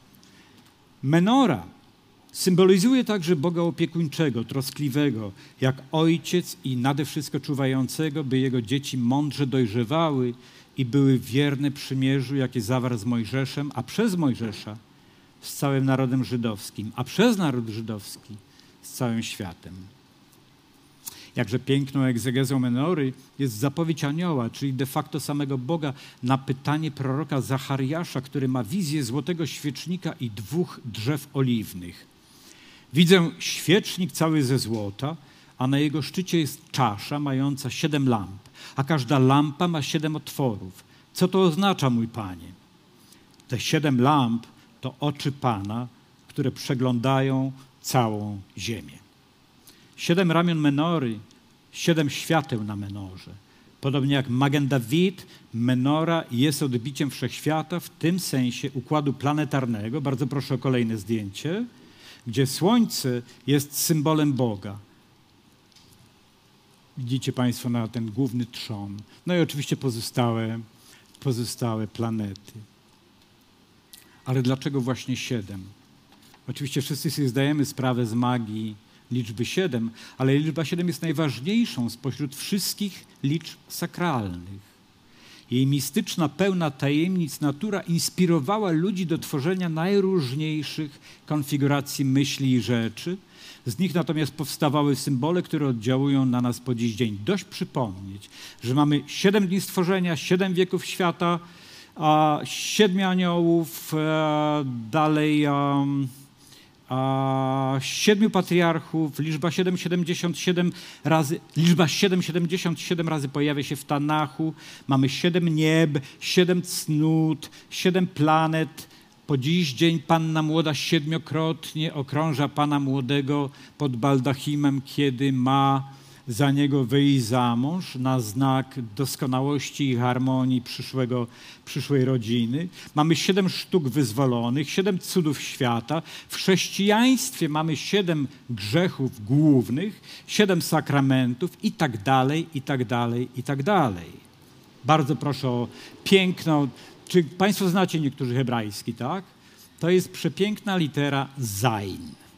Speaker 1: Menora symbolizuje także Boga opiekuńczego, troskliwego, jak ojciec i nade wszystko czuwającego, by jego dzieci mądrze dojrzewały i były wierne przymierzu, jakie zawarł z Mojżeszem, a przez Mojżesza z całym narodem żydowskim, a przez naród żydowski z całym światem. Jakże piękną egzegezą menory jest zapowiedź anioła, czyli de facto samego Boga na pytanie proroka Zachariasza, który ma wizję złotego świecznika i dwóch drzew oliwnych. Widzę świecznik cały ze złota, a na jego szczycie jest czasza mająca 7 lamp, a każda lampa ma 7 otworów. Co to oznacza, mój Panie? Te 7 lamp to oczy Pana, które przeglądają całą ziemię. 7 ramion menory, 7 świateł na menorze. Podobnie jak Magen David, menora jest odbiciem wszechświata, w tym sensie układu planetarnego. Bardzo proszę o kolejne zdjęcie, gdzie Słońce jest symbolem Boga. Widzicie Państwo na ten główny trzon. No i oczywiście pozostałe planety. Ale dlaczego właśnie 7? Oczywiście wszyscy sobie zdajemy sprawę z magii liczby 7, ale liczba 7 jest najważniejszą spośród wszystkich liczb sakralnych. Jej mistyczna, pełna tajemnic natura inspirowała ludzi do tworzenia najróżniejszych konfiguracji myśli i rzeczy. Z nich natomiast powstawały symbole, które oddziałują na nas po dziś dzień. Dość przypomnieć, że mamy 7 dni stworzenia, 7 wieków świata, 7 aniołów, dalej 7 patriarchów, liczba 77 razy pojawia się w Tanachu, mamy 7 nieb, 7 cnót, 7 planet. Po dziś dzień panna młoda 7-krotnie okrąża pana młodego pod baldachimem, kiedy ma za niego wyjść za mąż na znak doskonałości i harmonii przyszłej rodziny. Mamy 7 sztuk wyzwolonych, 7 cudów świata. W chrześcijaństwie mamy 7 grzechów głównych, 7 sakramentów i tak dalej, i tak dalej, i tak dalej. Bardzo proszę o piękną. Czy Państwo znacie niektórzy hebrajski, tak? To jest przepiękna litera Zain.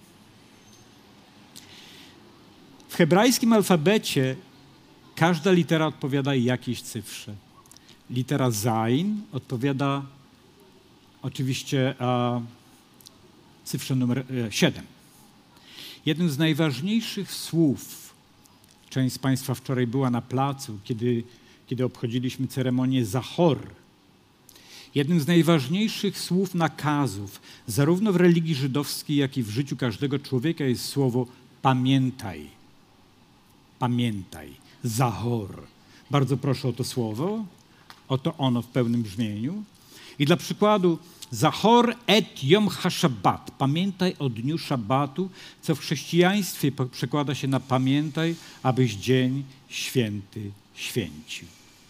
Speaker 1: W hebrajskim alfabecie każda litera odpowiada jakiejś cyfrze. Litera Zain odpowiada oczywiście cyfrze numer 7. Jednym z najważniejszych słów, część z Państwa wczoraj była na placu, kiedy obchodziliśmy ceremonię Zachor. Jednym z najważniejszych słów nakazów, zarówno w religii żydowskiej, jak i w życiu każdego człowieka jest słowo pamiętaj. Pamiętaj. Zachor. Bardzo proszę o to słowo. Oto ono w pełnym brzmieniu. I dla przykładu Zachor et Yom HaShabbat. Pamiętaj o dniu szabatu, co w chrześcijaństwie przekłada się na pamiętaj, abyś dzień święty święcił.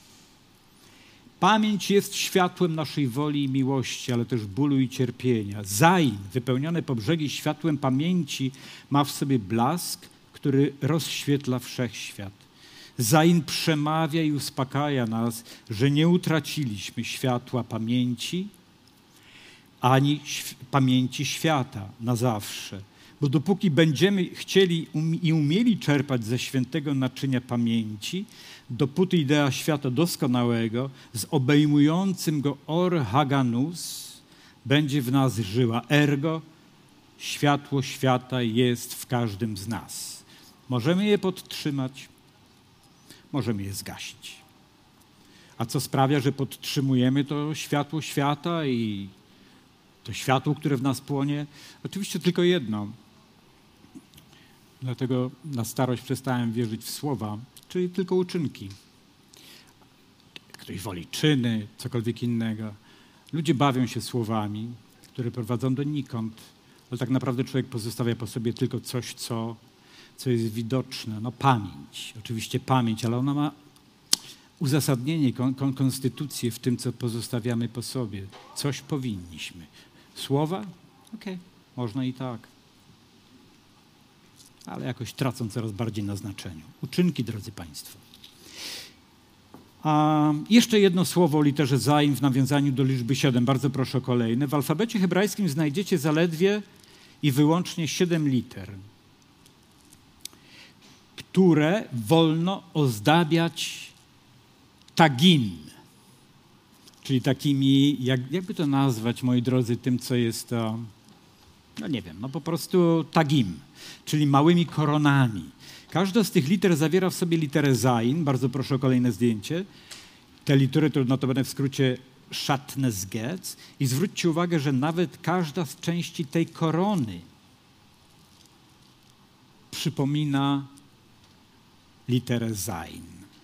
Speaker 1: Pamięć jest światłem naszej woli i miłości, ale też bólu i cierpienia. Zain, wypełnione po brzegi światłem pamięci, ma w sobie blask, który rozświetla wszechświat. Zain przemawia i uspokaja nas, że nie utraciliśmy światła pamięci, ani pamięci świata na zawsze. Bo dopóki będziemy chcieli i umieli czerpać ze świętego naczynia pamięci, dopóty idea świata doskonałego z obejmującym go or haganus będzie w nas żyła. Ergo, światło świata jest w każdym z nas. Możemy je podtrzymać, możemy je zgasić. A co sprawia, że podtrzymujemy to światło świata i to światło, które w nas płonie? Oczywiście tylko jedno. Dlatego na starość przestałem wierzyć w słowa, czyli tylko uczynki. Ktoś woli czyny, cokolwiek innego. Ludzie bawią się słowami, które prowadzą donikąd, ale tak naprawdę człowiek pozostawia po sobie tylko coś, co jest widoczne. No pamięć, oczywiście pamięć, ale ona ma uzasadnienie, konstytucję w tym, co pozostawiamy po sobie. Coś powinniśmy. Słowa? Okej, można i tak. Ale jakoś tracą coraz bardziej na znaczeniu. Uczynki, drodzy Państwo. A jeszcze jedno słowo o literze zain w nawiązaniu do liczby 7. Bardzo proszę o kolejne. W alfabecie hebrajskim znajdziecie zaledwie i wyłącznie 7 liter, które wolno ozdabiać tagin, czyli takimi, jakby to nazwać, moi drodzy, tym, co jest to, no nie wiem, no po prostu tagim, czyli małymi koronami. Każda z tych liter zawiera w sobie literę zain. Bardzo proszę o kolejne zdjęcie. Te litery to notabene w skrócie Shatnezgetz. I zwróćcie uwagę, że nawet każda z części tej korony przypomina literę zain.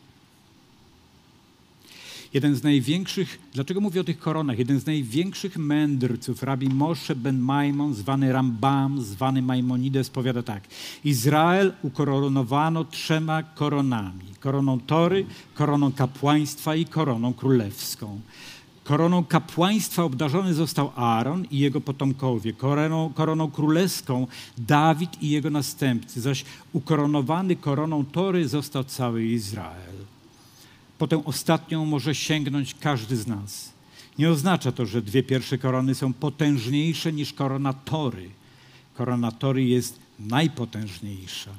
Speaker 1: Jeden z największych, dlaczego mówię o tych koronach? Jeden z największych mędrców, rabbi Moshe ben Maimon, zwany Rambam, zwany Maimonides, powiada tak. Izrael ukoronowano 3 koronami. Koroną Tory, koroną kapłaństwa i koroną królewską. Koroną kapłaństwa obdarzony został Aaron i jego potomkowie. Koroną królewską Dawid i jego następcy. Zaś ukoronowany koroną Tory został cały Izrael. Potem ostatnią może sięgnąć każdy z nas. Nie oznacza to, że 2 pierwsze korony są potężniejsze niż korona Tory. Korona Tory jest najpotężniejsza.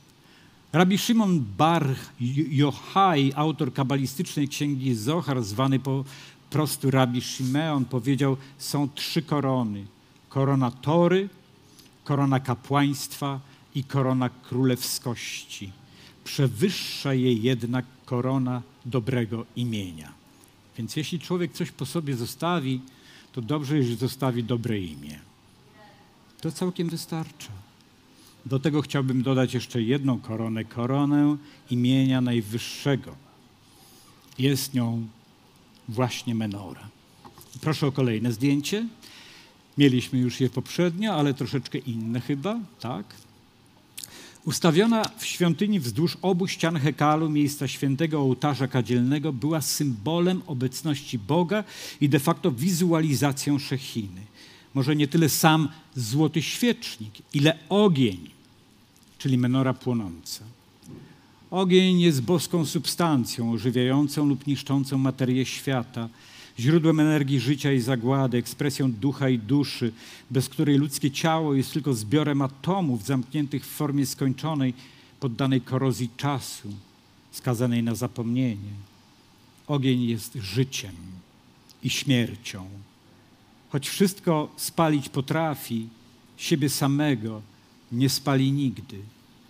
Speaker 1: Rabbi Szymon bar Yochai, autor kabalistycznej księgi Zohar, zwany po prostu Rabbi Shimeon, powiedział, są 3 korony. Korona Tory, korona kapłaństwa i korona królewskości. Przewyższa je jednak korona dobrego imienia. Więc jeśli człowiek coś po sobie zostawi, to dobrze, jeżeli zostawi dobre imię. To całkiem wystarcza. Do tego chciałbym dodać jeszcze jedną koronę, koronę imienia Najwyższego. Jest nią właśnie menora. Proszę o kolejne zdjęcie. Mieliśmy już je poprzednio, ale troszeczkę inne chyba, tak? Ustawiona w świątyni wzdłuż obu ścian hekalu miejsca świętego ołtarza kadzielnego była symbolem obecności Boga i de facto wizualizacją Szechiny. Może nie tyle sam złoty świecznik, ile ogień, czyli menora płonąca. Ogień jest boską substancją ożywiającą lub niszczącą materię świata, źródłem energii życia i zagłady, ekspresją ducha i duszy, bez której ludzkie ciało jest tylko zbiorem atomów zamkniętych w formie skończonej, poddanej korozji czasu, skazanej na zapomnienie. Ogień jest życiem i śmiercią. Choć wszystko spalić potrafi, siebie samego nie spali nigdy.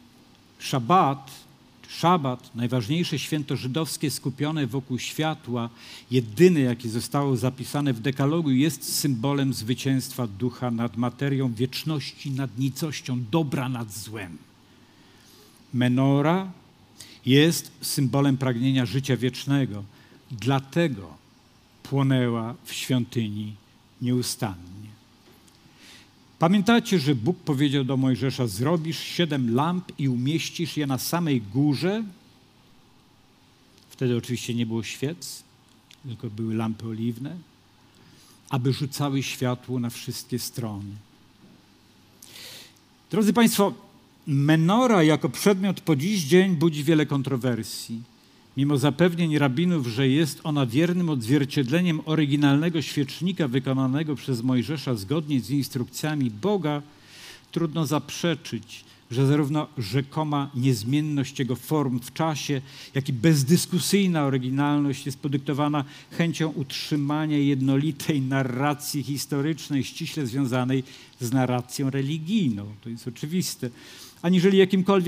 Speaker 1: Szabat, najważniejsze święto żydowskie skupione wokół światła, jedyne jakie zostało zapisane w dekalogu, jest symbolem zwycięstwa ducha nad materią, wieczności nad nicością, dobra nad złem. Menora jest symbolem pragnienia życia wiecznego, dlatego płonęła w świątyni nieustannie. Pamiętacie, że Bóg powiedział do Mojżesza, zrobisz 7 lamp i umieścisz je na samej górze. Wtedy oczywiście nie było świec, tylko były lampy oliwne, aby rzucały światło na wszystkie strony. Drodzy Państwo, Menora jako przedmiot po dziś dzień budzi wiele kontrowersji. Mimo zapewnień rabinów, że jest ona wiernym odzwierciedleniem oryginalnego świecznika wykonanego przez Mojżesza zgodnie z instrukcjami Boga, trudno zaprzeczyć, że zarówno rzekoma niezmienność jego form w czasie, jak i bezdyskusyjna oryginalność jest podyktowana chęcią utrzymania jednolitej narracji historycznej, ściśle związanej z narracją religijną. To jest oczywiste. Aniżeli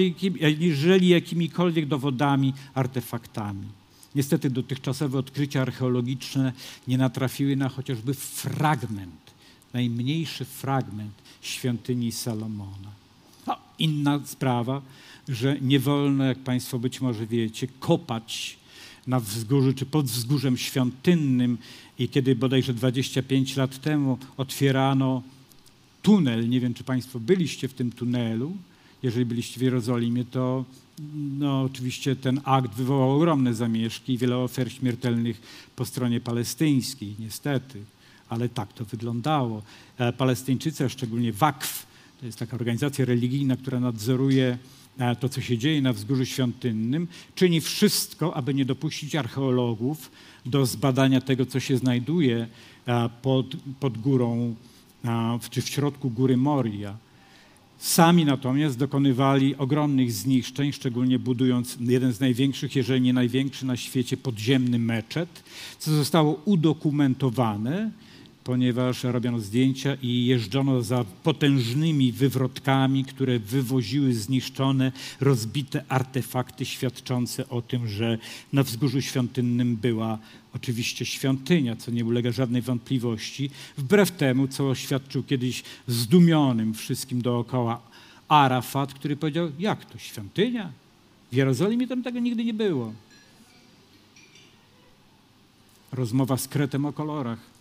Speaker 1: jakimikolwiek dowodami, artefaktami. Niestety dotychczasowe odkrycia archeologiczne nie natrafiły na chociażby fragment, najmniejszy fragment świątyni Salomona. Inna sprawa, że nie wolno, jak Państwo być może wiecie, kopać na wzgórzu czy pod wzgórzem świątynnym i kiedy bodajże 25 lat temu otwierano tunel, nie wiem, czy Państwo byliście w tym tunelu, jeżeli byliście w Jerozolimie, to oczywiście ten akt wywołał ogromne zamieszki i wiele ofiar śmiertelnych po stronie palestyńskiej, niestety, ale tak to wyglądało. Palestyńczycy, a szczególnie Wakf, to jest taka organizacja religijna, która nadzoruje to, co się dzieje na wzgórzu świątynnym, czyni wszystko, aby nie dopuścić archeologów do zbadania tego, co się znajduje pod górą, czy w środku góry Moria. Sami natomiast dokonywali ogromnych zniszczeń, szczególnie budując jeden z największych, jeżeli nie największy na świecie podziemny meczet, co zostało udokumentowane, ponieważ robiono zdjęcia i jeżdżono za potężnymi wywrotkami, które wywoziły zniszczone, rozbite artefakty świadczące o tym, że na wzgórzu świątynnym była oczywiście świątynia, co nie ulega żadnej wątpliwości, wbrew temu, co oświadczył kiedyś zdumionym wszystkim dookoła Arafat, który powiedział, jak to świątynia? W Jerozolimie tam tego nigdy nie było. Rozmowa z Kretem o kolorach.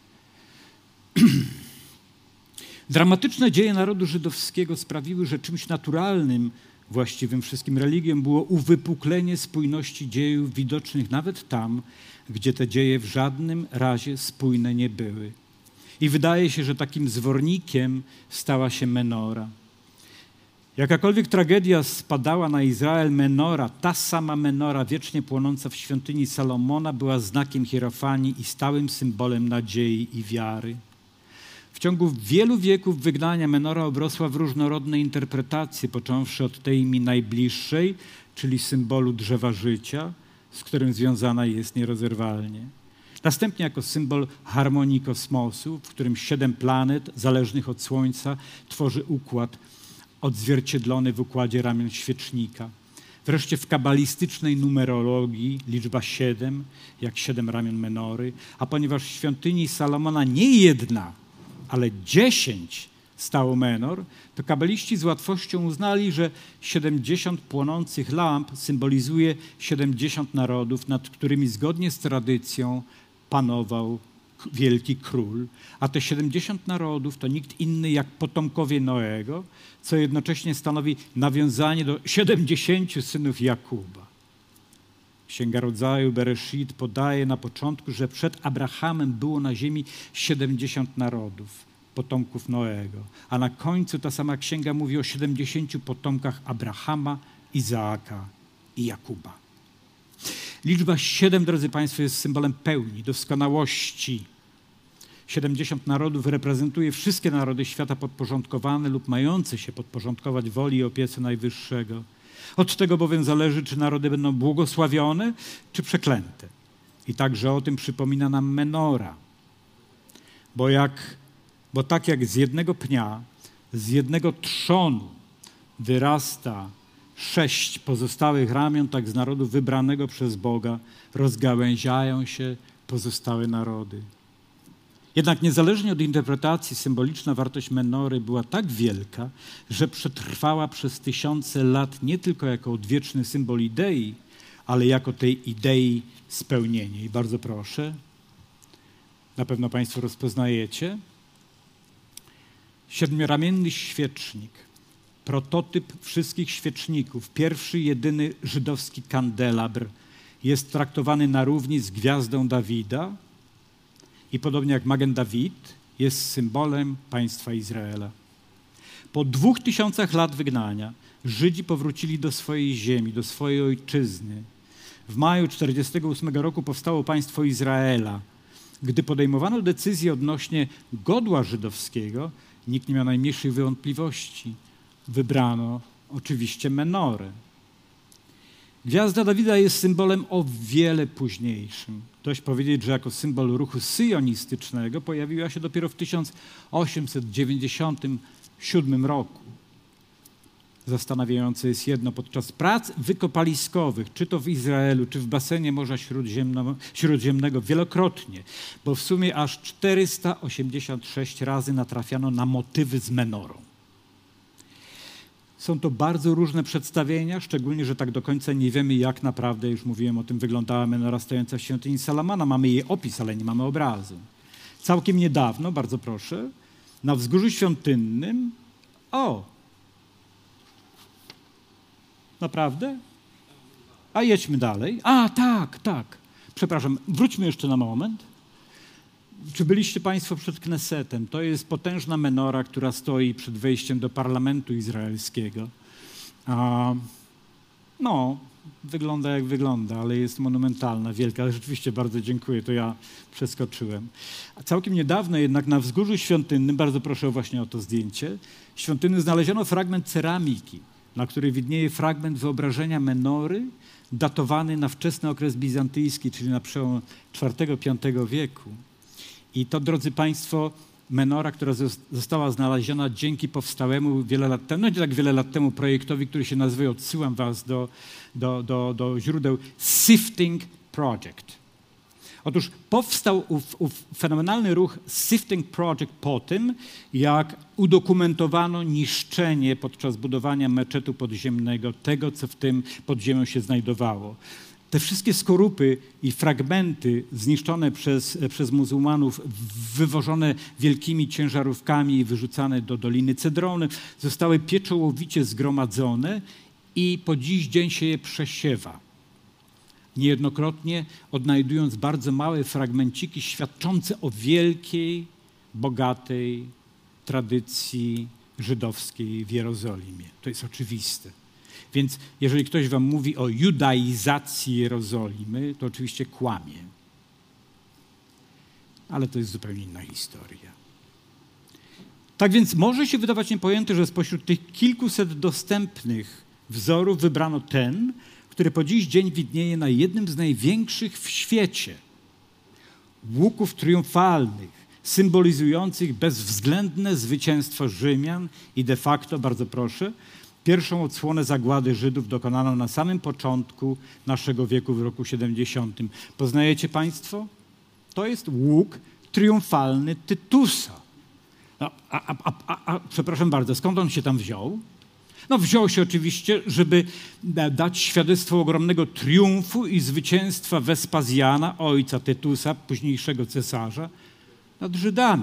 Speaker 1: Dramatyczne dzieje narodu żydowskiego sprawiły, że czymś naturalnym, właściwym wszystkim religiom, było uwypuklenie spójności dziejów widocznych nawet tam, gdzie te dzieje w żadnym razie spójne nie były. I wydaje się, że takim zwornikiem stała się menora. Jakakolwiek tragedia spadała na Izrael, menora, ta sama menora wiecznie płonąca w świątyni Salomona była znakiem hierofanii i stałym symbolem nadziei i wiary. W ciągu wielu wieków wygnania menora obrosła w różnorodne interpretacje, począwszy od tej mi najbliższej, czyli symbolu drzewa życia, z którym związana jest nierozerwalnie. Następnie jako symbol harmonii kosmosu, w którym 7 planet zależnych od Słońca tworzy układ odzwierciedlony w układzie ramion świecznika. Wreszcie w kabalistycznej numerologii liczba 7, jak 7 ramion menory, a ponieważ w świątyni Salomona nie jedna, ale 10 stało menor, to kabaliści z łatwością uznali, że 70 płonących lamp symbolizuje 70 narodów, nad którymi zgodnie z tradycją panował wielki król, a te 70 narodów to nikt inny jak potomkowie Noego, co jednocześnie stanowi nawiązanie do 70 synów Jakuba. Księga Rodzaju Bereshit podaje na początku, że przed Abrahamem było na ziemi 70 narodów, potomków Noego, a na końcu ta sama księga mówi o 70 potomkach Abrahama, Izaaka i Jakuba. Liczba 7, drodzy Państwo, jest symbolem pełni, doskonałości. 70 narodów reprezentuje wszystkie narody świata podporządkowane lub mające się podporządkować woli i opiece Najwyższego. Od tego bowiem zależy, czy narody będą błogosławione, czy przeklęte. I także o tym przypomina nam menora. Bo tak jak z jednego pnia, z jednego trzonu wyrasta 6 pozostałych ramion, tak z narodu wybranego przez Boga rozgałęziają się pozostałe narody. Jednak niezależnie od interpretacji, symboliczna wartość menory była tak wielka, że przetrwała przez tysiące lat nie tylko jako odwieczny symbol idei, ale jako tej idei spełnienie. I bardzo proszę, na pewno Państwo rozpoznajecie, 7-ramienny świecznik, prototyp wszystkich świeczników, pierwszy, jedyny żydowski kandelabr, jest traktowany na równi z gwiazdą Dawida i podobnie jak Magen Dawid jest symbolem państwa Izraela. Po 2000 lat wygnania Żydzi powrócili do swojej ziemi, do swojej ojczyzny. W maju 1948 roku powstało państwo Izraela. Gdy podejmowano decyzję odnośnie godła żydowskiego, nikt nie miał najmniejszych wątpliwości. Wybrano oczywiście menorę. Gwiazda Dawida jest symbolem o wiele późniejszym. Dość powiedzieć, że jako symbol ruchu syjonistycznego pojawiła się dopiero w 1897 roku. Zastanawiające jest jedno, podczas prac wykopaliskowych, czy to w Izraelu, czy w basenie Morza Śródziemnego wielokrotnie, bo w sumie aż 486 razy natrafiano na motywy z menorą. Są to bardzo różne przedstawienia, szczególnie, że tak do końca nie wiemy, jak naprawdę, już mówiłem o tym, wyglądała menora stojąca w świątyni Salomona. Mamy jej opis, ale nie mamy obrazu. Całkiem niedawno, bardzo proszę, na wzgórzu świątynnym, naprawdę? A jedźmy dalej. Tak. Przepraszam, wróćmy jeszcze na moment. Czy byliście państwo przed Knesetem? To jest potężna menora, która stoi przed wejściem do parlamentu izraelskiego. Wygląda jak wygląda, ale jest monumentalna, wielka. Ale rzeczywiście bardzo dziękuję, to ja przeskoczyłem. A całkiem niedawno jednak na wzgórzu świątynnym, bardzo proszę właśnie o to zdjęcie, świątyny znaleziono fragment ceramiki, na której widnieje fragment wyobrażenia menory, datowany na wczesny okres bizantyjski, czyli na przełom IV-V wieku. I to, drodzy państwo, menora, która została znaleziona dzięki powstałemu wiele lat temu, nie tak wiele lat temu, projektowi, który się nazywa, odsyłam was do źródeł, Sifting Project. Otóż powstał ów fenomenalny ruch Sifting Project po tym, jak udokumentowano niszczenie podczas budowania meczetu podziemnego, tego, co w tym podziemiu się znajdowało. Te wszystkie skorupy i fragmenty zniszczone przez muzułmanów, wywożone wielkimi ciężarówkami i wyrzucane do Doliny Cedrony, zostały pieczołowicie zgromadzone i po dziś dzień się je przesiewa. Niejednokrotnie odnajdując bardzo małe fragmenciki świadczące o wielkiej, bogatej tradycji żydowskiej w Jerozolimie. To jest oczywiste. Więc jeżeli ktoś wam mówi o judaizacji Jerozolimy, to oczywiście kłamie. Ale to jest zupełnie inna historia. Tak więc może się wydawać niepojęte, że spośród tych kilkuset dostępnych wzorów wybrano ten, który po dziś dzień widnieje na jednym z największych w świecie łuków triumfalnych, symbolizujących bezwzględne zwycięstwo Rzymian i de facto, bardzo proszę, pierwszą odsłonę zagłady Żydów dokonaną na samym początku naszego wieku w roku 70. Poznajecie państwo? To jest łuk triumfalny Tytusa. Przepraszam bardzo, skąd on się tam wziął? Wziął się oczywiście, żeby dać świadectwo ogromnego triumfu i zwycięstwa Wespazjana, ojca Tytusa, późniejszego cesarza, nad Żydami.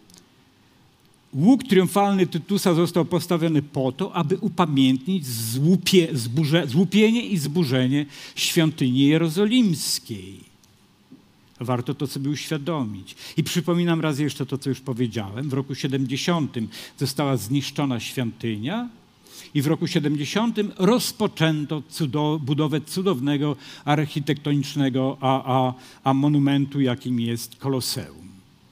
Speaker 1: Łuk triumfalny Tytusa został postawiony po to, aby upamiętnić złupienie i zburzenie świątyni jerozolimskiej. Warto to sobie uświadomić. I przypominam raz jeszcze to, co już powiedziałem. W roku 70 została zniszczona świątynia i w roku 70 rozpoczęto budowę cudownego architektonicznego monumentu, jakim jest Koloseum.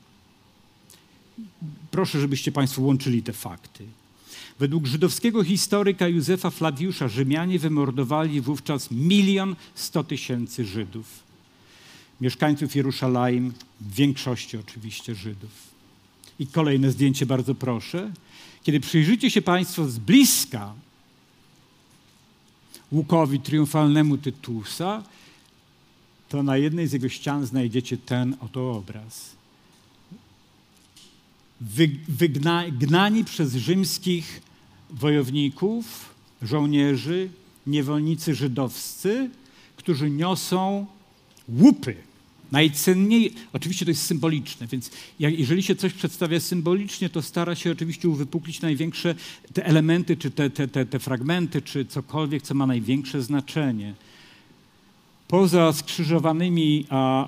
Speaker 1: Proszę, żebyście państwo łączyli te fakty. Według żydowskiego historyka Józefa Flawiusza Rzymianie wymordowali wówczas 1 100 000 Żydów. Mieszkańców Jerusalem, w większości oczywiście Żydów. I kolejne zdjęcie, bardzo proszę. Kiedy przyjrzycie się państwo z bliska łukowi triumfalnemu Tytusa, to na jednej z jego ścian znajdziecie ten oto obraz. Gnani przez rzymskich wojowników, żołnierzy, niewolnicy żydowscy, którzy niosą łupy. Najcenniej, oczywiście to jest symboliczne, więc jeżeli się coś przedstawia symbolicznie, to stara się oczywiście uwypuklić największe te elementy, czy te fragmenty, czy cokolwiek, co ma największe znaczenie. Poza skrzyżowanymi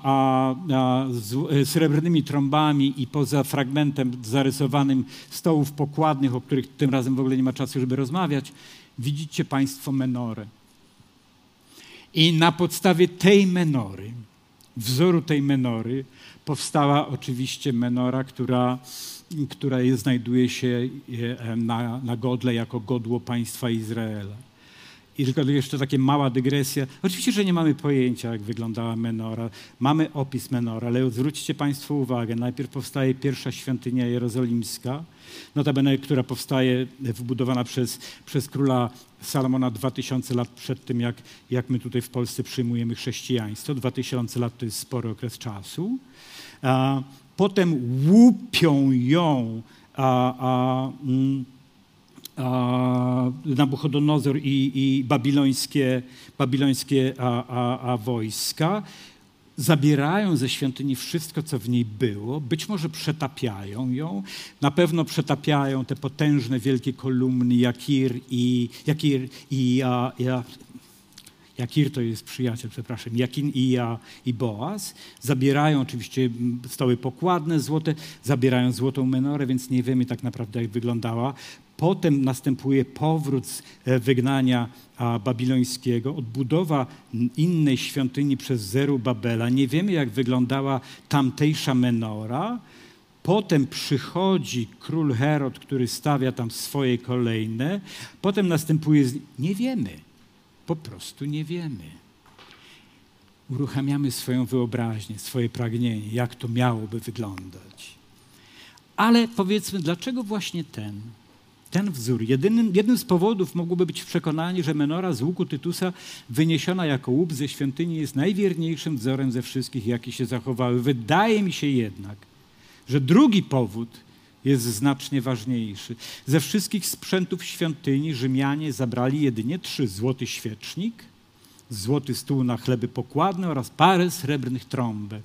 Speaker 1: srebrnymi trąbami i poza fragmentem zarysowanym stołów pokładnych, o których tym razem w ogóle nie ma czasu, żeby rozmawiać, widzicie państwo menorę. I na podstawie tej menory, wzoru tej menory, powstała oczywiście menora, która znajduje się na godle jako godło państwa Izraela. I tylko jeszcze taka mała dygresja. Oczywiście, że nie mamy pojęcia, jak wyglądała menora. Mamy opis menora, ale zwróćcie państwo uwagę, najpierw powstaje pierwsza świątynia jerozolimska, notabene, która powstaje, wybudowana przez króla Salomona 2000 lat przed tym, jak my tutaj w Polsce przyjmujemy chrześcijaństwo. 2000 lat to jest spory okres czasu. Potem łupią ją Nabuchodonozor i babilońskie wojska, zabierają ze świątyni wszystko, co w niej było, być może przetapiają ją, na pewno przetapiają te potężne, wielkie kolumny Jakir to jest przyjaciel, przepraszam, Jakin i Boaz. Zabierają oczywiście stoły pokładne złote, zabierają złotą menorę, więc nie wiemy tak naprawdę, jak wyglądała. Potem następuje powrót z wygnania babilońskiego, odbudowa innej świątyni przez Zerubabela. Nie wiemy, jak wyglądała tamtejsza menora. Potem przychodzi król Herod, który stawia tam swoje kolejne. Potem następuje... Nie wiemy. Po prostu nie wiemy. Uruchamiamy swoją wyobraźnię, swoje pragnienie, jak to miałoby wyglądać. Ale powiedzmy, dlaczego właśnie ten wzór? Jednym z powodów mogłoby być przekonanie, że menora z łuku Tytusa wyniesiona jako łup ze świątyni jest najwierniejszym wzorem ze wszystkich, jakie się zachowały. Wydaje mi się jednak, że drugi powód jest znacznie ważniejszy. Ze wszystkich sprzętów świątyni Rzymianie zabrali jedynie 3: złoty świecznik, złoty stół na chleby pokładne oraz parę srebrnych trąbek.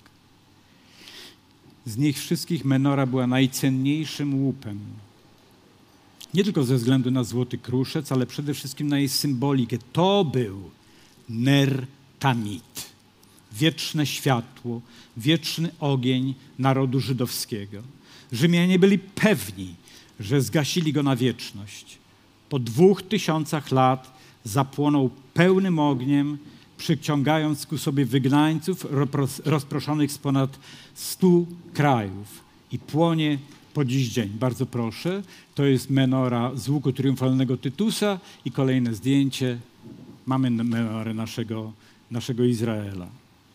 Speaker 1: Z nich wszystkich menora była najcenniejszym łupem. Nie tylko ze względu na złoty kruszec, ale przede wszystkim na jej symbolikę. To był ner tamid. Wieczne światło, wieczny ogień narodu żydowskiego. Rzymianie byli pewni, że zgasili go na wieczność. Po 2000 lat zapłonął pełnym ogniem, przyciągając ku sobie wygnańców rozproszonych z ponad 100 krajów i płonie po dziś dzień. Bardzo proszę, to jest menora z łuku triumfalnego Tytusa i kolejne zdjęcie. Mamy menorę naszego Izraela.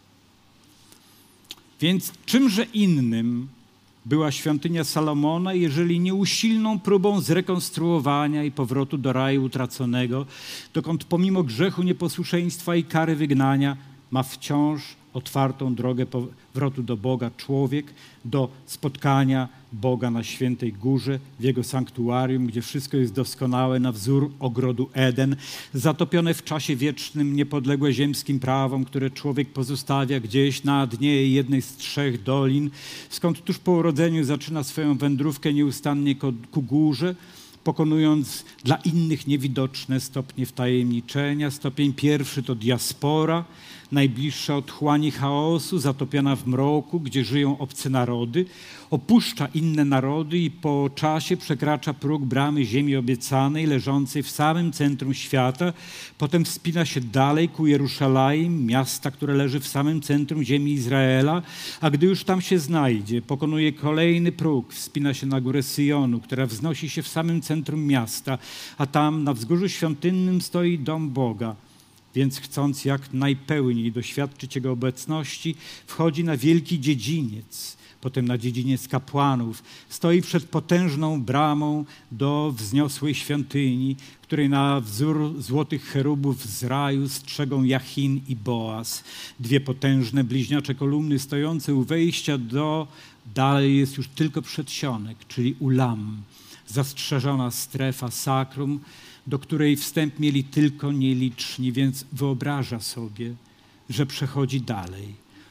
Speaker 1: Więc czymże innym była świątynia Salomona, jeżeli nie usilną próbą zrekonstruowania i powrotu do raju utraconego, dokąd pomimo grzechu nieposłuszeństwa i kary wygnania ma wciąż otwartą drogę powrotu do Boga człowiek, do spotkania Boga na Świętej Górze, w Jego sanktuarium, gdzie wszystko jest doskonałe na wzór ogrodu Eden, zatopione w czasie wiecznym, niepodległe ziemskim prawom, które człowiek pozostawia gdzieś na dnie jednej z 3 dolin, skąd tuż po urodzeniu zaczyna swoją wędrówkę nieustannie ku górze, pokonując dla innych niewidoczne stopnie wtajemniczenia. Stopień pierwszy to diaspora, najbliższa otchłani chaosu, zatopiona w mroku, gdzie żyją obce narody, opuszcza inne narody i po czasie przekracza próg bramy ziemi obiecanej, leżącej w samym centrum świata. Potem wspina się dalej ku Jeruszalaim, miasta, które leży w samym centrum ziemi Izraela, a gdy już tam się znajdzie, pokonuje kolejny próg, wspina się na górę Syjonu, która wznosi się w samym centrum miasta, a tam na wzgórzu świątynnym stoi dom Boga. Więc chcąc jak najpełniej doświadczyć Jego obecności, wchodzi na wielki dziedziniec, potem na dziedziniec kapłanów, stoi przed potężną bramą do wzniosłej świątyni, której na wzór złotych cherubów z raju strzegą Jachin i Boaz. 2 potężne bliźniacze kolumny stojące u wejścia dalej jest już tylko przedsionek, czyli ulam, zastrzeżona strefa sakrum, do której wstęp mieli tylko nieliczni, więc wyobraża sobie, że przechodzi dalej.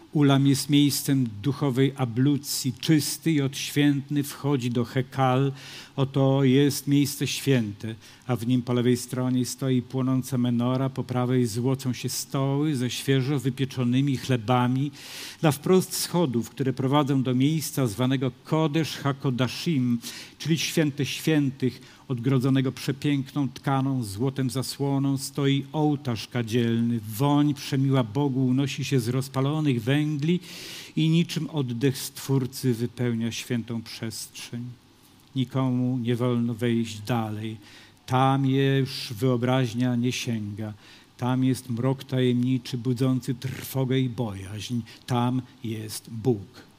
Speaker 1: Ulam jest miejscem duchowej ablucji, czysty i odświętny wchodzi do Hekal. Oto jest miejsce święte, a w nim po lewej stronie stoi płonąca menora, po prawej złocą się stoły ze świeżo wypieczonymi chlebami. Dla wprost schodów, które prowadzą do miejsca zwanego Kodesz HaKodashim, czyli święte świętych, odgrodzonego przepiękną tkaną, złotem zasłoną, stoi ołtarz kadzielny. Woń przemiła Bogu unosi się z rozpalonych węgli i niczym oddech Stwórcy wypełnia świętą przestrzeń. Nikomu nie wolno wejść dalej. Tam już wyobraźnia nie sięga. Tam jest mrok tajemniczy, budzący trwogę i bojaźń. Tam jest Bóg.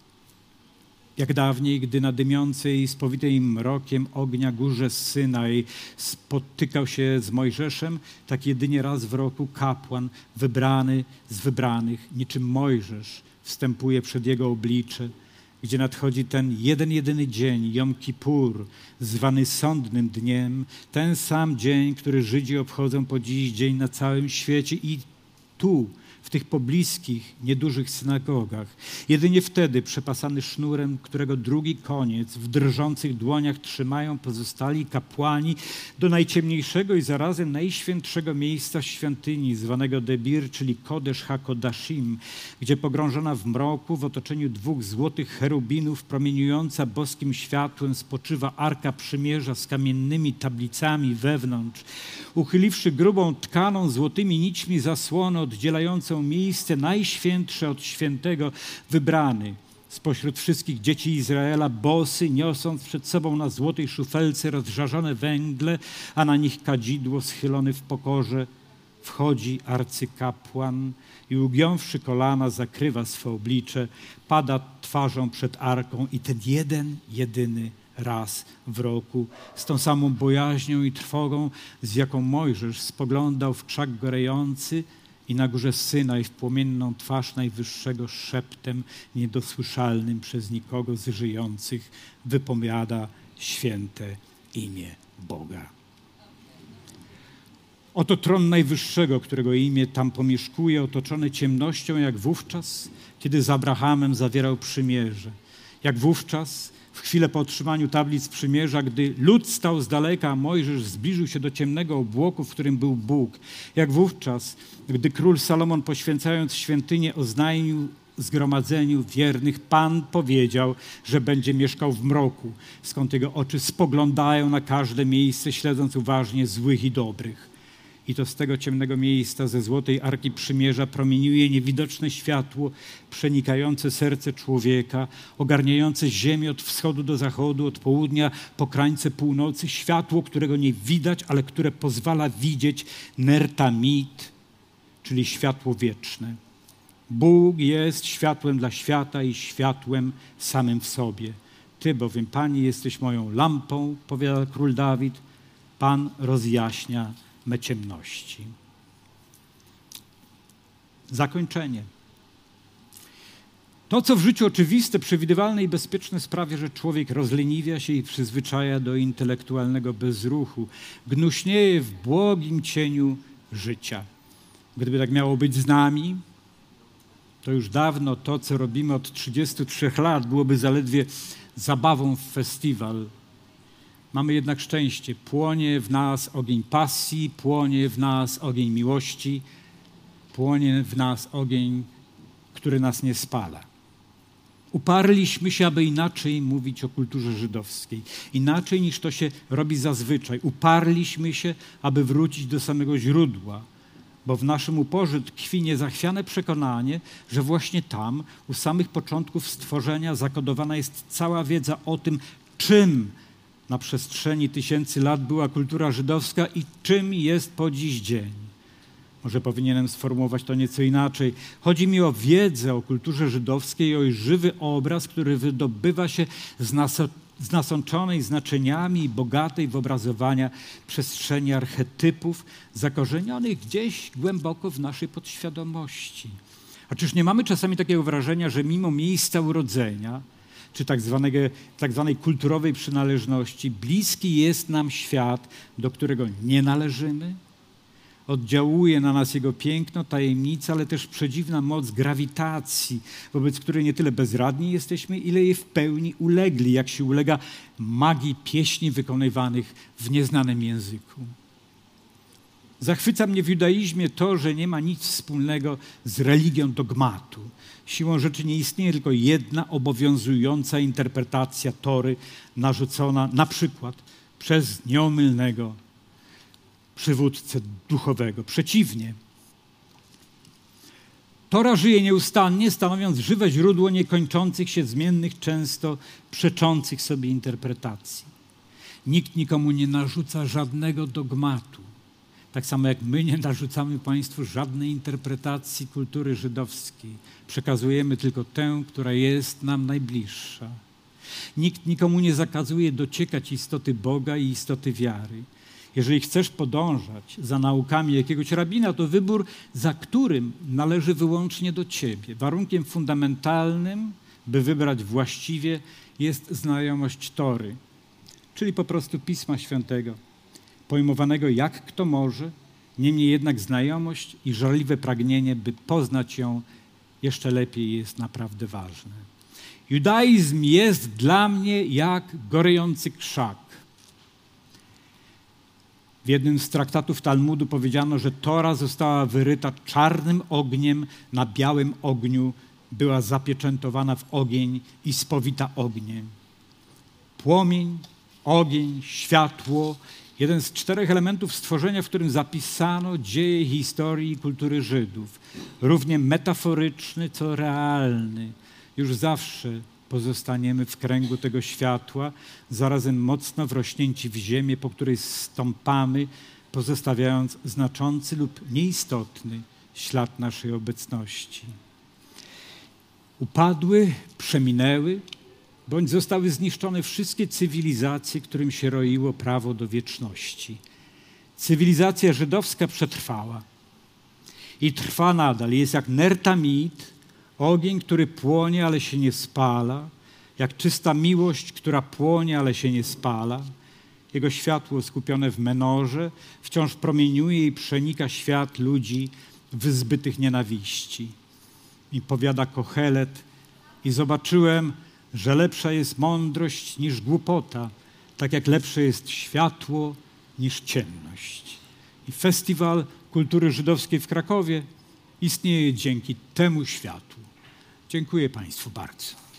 Speaker 1: Jak dawniej, gdy na dymiącej, spowitej mrokiem ognia górze Synaj spotykał się z Mojżeszem, tak jedynie raz w roku kapłan, wybrany z wybranych, niczym Mojżesz, wstępuje przed jego oblicze, gdzie nadchodzi ten jedyny dzień, Jom Kippur, zwany sądnym dniem, ten sam dzień, który Żydzi obchodzą po dziś dzień na całym świecie i tu, w tych pobliskich, niedużych synagogach. Jedynie wtedy, przepasany sznurem, którego drugi koniec w drżących dłoniach trzymają pozostali kapłani, do najciemniejszego i zarazem najświętszego miejsca w świątyni, zwanego Debir, czyli Kodesz HaKodashim, gdzie pogrążona w mroku, w otoczeniu 2 złotych cherubinów, promieniująca boskim światłem, spoczywa Arka Przymierza z kamiennymi tablicami wewnątrz. Uchyliwszy grubą tkaną złotymi nićmi zasłonę oddzielającą miejsce najświętsze od świętego, wybrany spośród wszystkich dzieci Izraela, bosy, niosąc przed sobą na złotej szufelce rozżarzone węgle, a na nich kadzidło schylone w pokorze, wchodzi arcykapłan i ugiąwszy kolana zakrywa swe oblicze, pada twarzą przed arką i ten jedyny raz w roku, z tą samą bojaźnią i trwogą, z jaką Mojżesz spoglądał w krzak gorejący i na górze Synaj w płomienną twarz Najwyższego szeptem niedosłyszalnym przez nikogo z żyjących wypowiada święte imię Boga. Oto tron Najwyższego, którego imię tam pomieszkuje, otoczony ciemnością, jak wówczas, kiedy z Abrahamem zawierał przymierze. Jak wówczas, w chwilę po otrzymaniu tablic przymierza, gdy lud stał z daleka, a Mojżesz zbliżył się do ciemnego obłoku, w którym był Bóg. Jak wówczas, gdy król Salomon, poświęcając świątynię, oznajmił zgromadzeniu wiernych, Pan powiedział, że będzie mieszkał w mroku, skąd jego oczy spoglądają na każde miejsce, śledząc uważnie złych i dobrych. I to z tego ciemnego miejsca, ze złotej Arki Przymierza, promieniuje niewidoczne światło przenikające serce człowieka, ogarniające ziemię od wschodu do zachodu, od południa po krańce północy. Światło, którego nie widać, ale które pozwala widzieć, ner tamid, czyli światło wieczne. Bóg jest światłem dla świata i światłem samym w sobie. Ty bowiem, Panie, jesteś moją lampą, powiada król Dawid. Pan rozjaśnia me ciemności. Zakończenie. To, co w życiu oczywiste, przewidywalne i bezpieczne, sprawia, że człowiek rozleniwia się i przyzwyczaja do intelektualnego bezruchu. Gnuśnieje w błogim cieniu życia. Gdyby tak miało być z nami, to już dawno to, co robimy od 33 lat, byłoby zaledwie zabawą w festiwal. Mamy jednak szczęście. Płonie w nas ogień pasji, płonie w nas ogień miłości, płonie w nas ogień, który nas nie spala. Uparliśmy się, aby inaczej mówić o kulturze żydowskiej. Inaczej niż to się robi zazwyczaj. Uparliśmy się, aby wrócić do samego źródła, bo w naszym uporze tkwi niezachwiane przekonanie, że właśnie tam, u samych początków stworzenia, zakodowana jest cała wiedza o tym, czym na przestrzeni tysięcy lat była kultura żydowska i czym jest po dziś dzień. Może powinienem sformułować to nieco inaczej. Chodzi mi o wiedzę o kulturze żydowskiej, o żywy obraz, który wydobywa się z nasączonej znaczeniami i bogatej w obrazowania przestrzeni archetypów zakorzenionych gdzieś głęboko w naszej podświadomości. A czyż nie mamy czasami takiego wrażenia, że mimo miejsca urodzenia czy tak zwanej kulturowej przynależności, bliski jest nam świat, do którego nie należymy? Oddziałuje na nas jego piękno, tajemnica, ale też przedziwna moc grawitacji, wobec której nie tyle bezradni jesteśmy, ile jej w pełni ulegli, jak się ulega magii pieśni wykonywanych w nieznanym języku. Zachwyca mnie w judaizmie to, że nie ma nic wspólnego z religią dogmatu. Siłą rzeczy nie istnieje tylko jedna obowiązująca interpretacja Tory narzucona na przykład przez nieomylnego przywódcę duchowego. Przeciwnie. Tora żyje nieustannie, stanowiąc żywe źródło niekończących się zmiennych, często przeczących sobie interpretacji. Nikt nikomu nie narzuca żadnego dogmatu. Tak samo jak my nie narzucamy państwu żadnej interpretacji kultury żydowskiej. Przekazujemy tylko tę, która jest nam najbliższa. Nikt nikomu nie zakazuje dociekać istoty Boga i istoty wiary. Jeżeli chcesz podążać za naukami jakiegoś rabina, to wybór, za którym należy wyłącznie do ciebie. Warunkiem fundamentalnym, by wybrać właściwie, jest znajomość Tory, czyli po prostu Pisma Świętego, pojmowanego jak kto może, niemniej jednak znajomość i żarliwe pragnienie, by poznać ją jeszcze lepiej, jest naprawdę ważne. Judaizm jest dla mnie jak gorejący krzak. W jednym z traktatów Talmudu powiedziano, że Tora została wyryta czarnym ogniem na białym ogniu, była zapieczętowana w ogień i spowita ogniem. Płomień, ogień, światło, jeden z 4 elementów stworzenia, w którym zapisano dzieje historii i kultury Żydów. Równie metaforyczny, co realny. Już zawsze pozostaniemy w kręgu tego światła, zarazem mocno wrośnięci w ziemię, po której stąpamy, pozostawiając znaczący lub nieistotny ślad naszej obecności. Upadły, przeminęły, bądź zostały zniszczone wszystkie cywilizacje, którym się roiło prawo do wieczności. Cywilizacja żydowska przetrwała i trwa nadal. Jest jak nertamid, ogień, który płonie, ale się nie spala, jak czysta miłość, która płonie, ale się nie spala. Jego światło skupione w menorze wciąż promieniuje i przenika świat ludzi wyzbytych nienawiści. I powiada Kohelet: i zobaczyłem, że lepsza jest mądrość niż głupota, tak jak lepsze jest światło niż ciemność. I Festiwal Kultury Żydowskiej w Krakowie istnieje dzięki temu światłu. Dziękuję Państwu bardzo.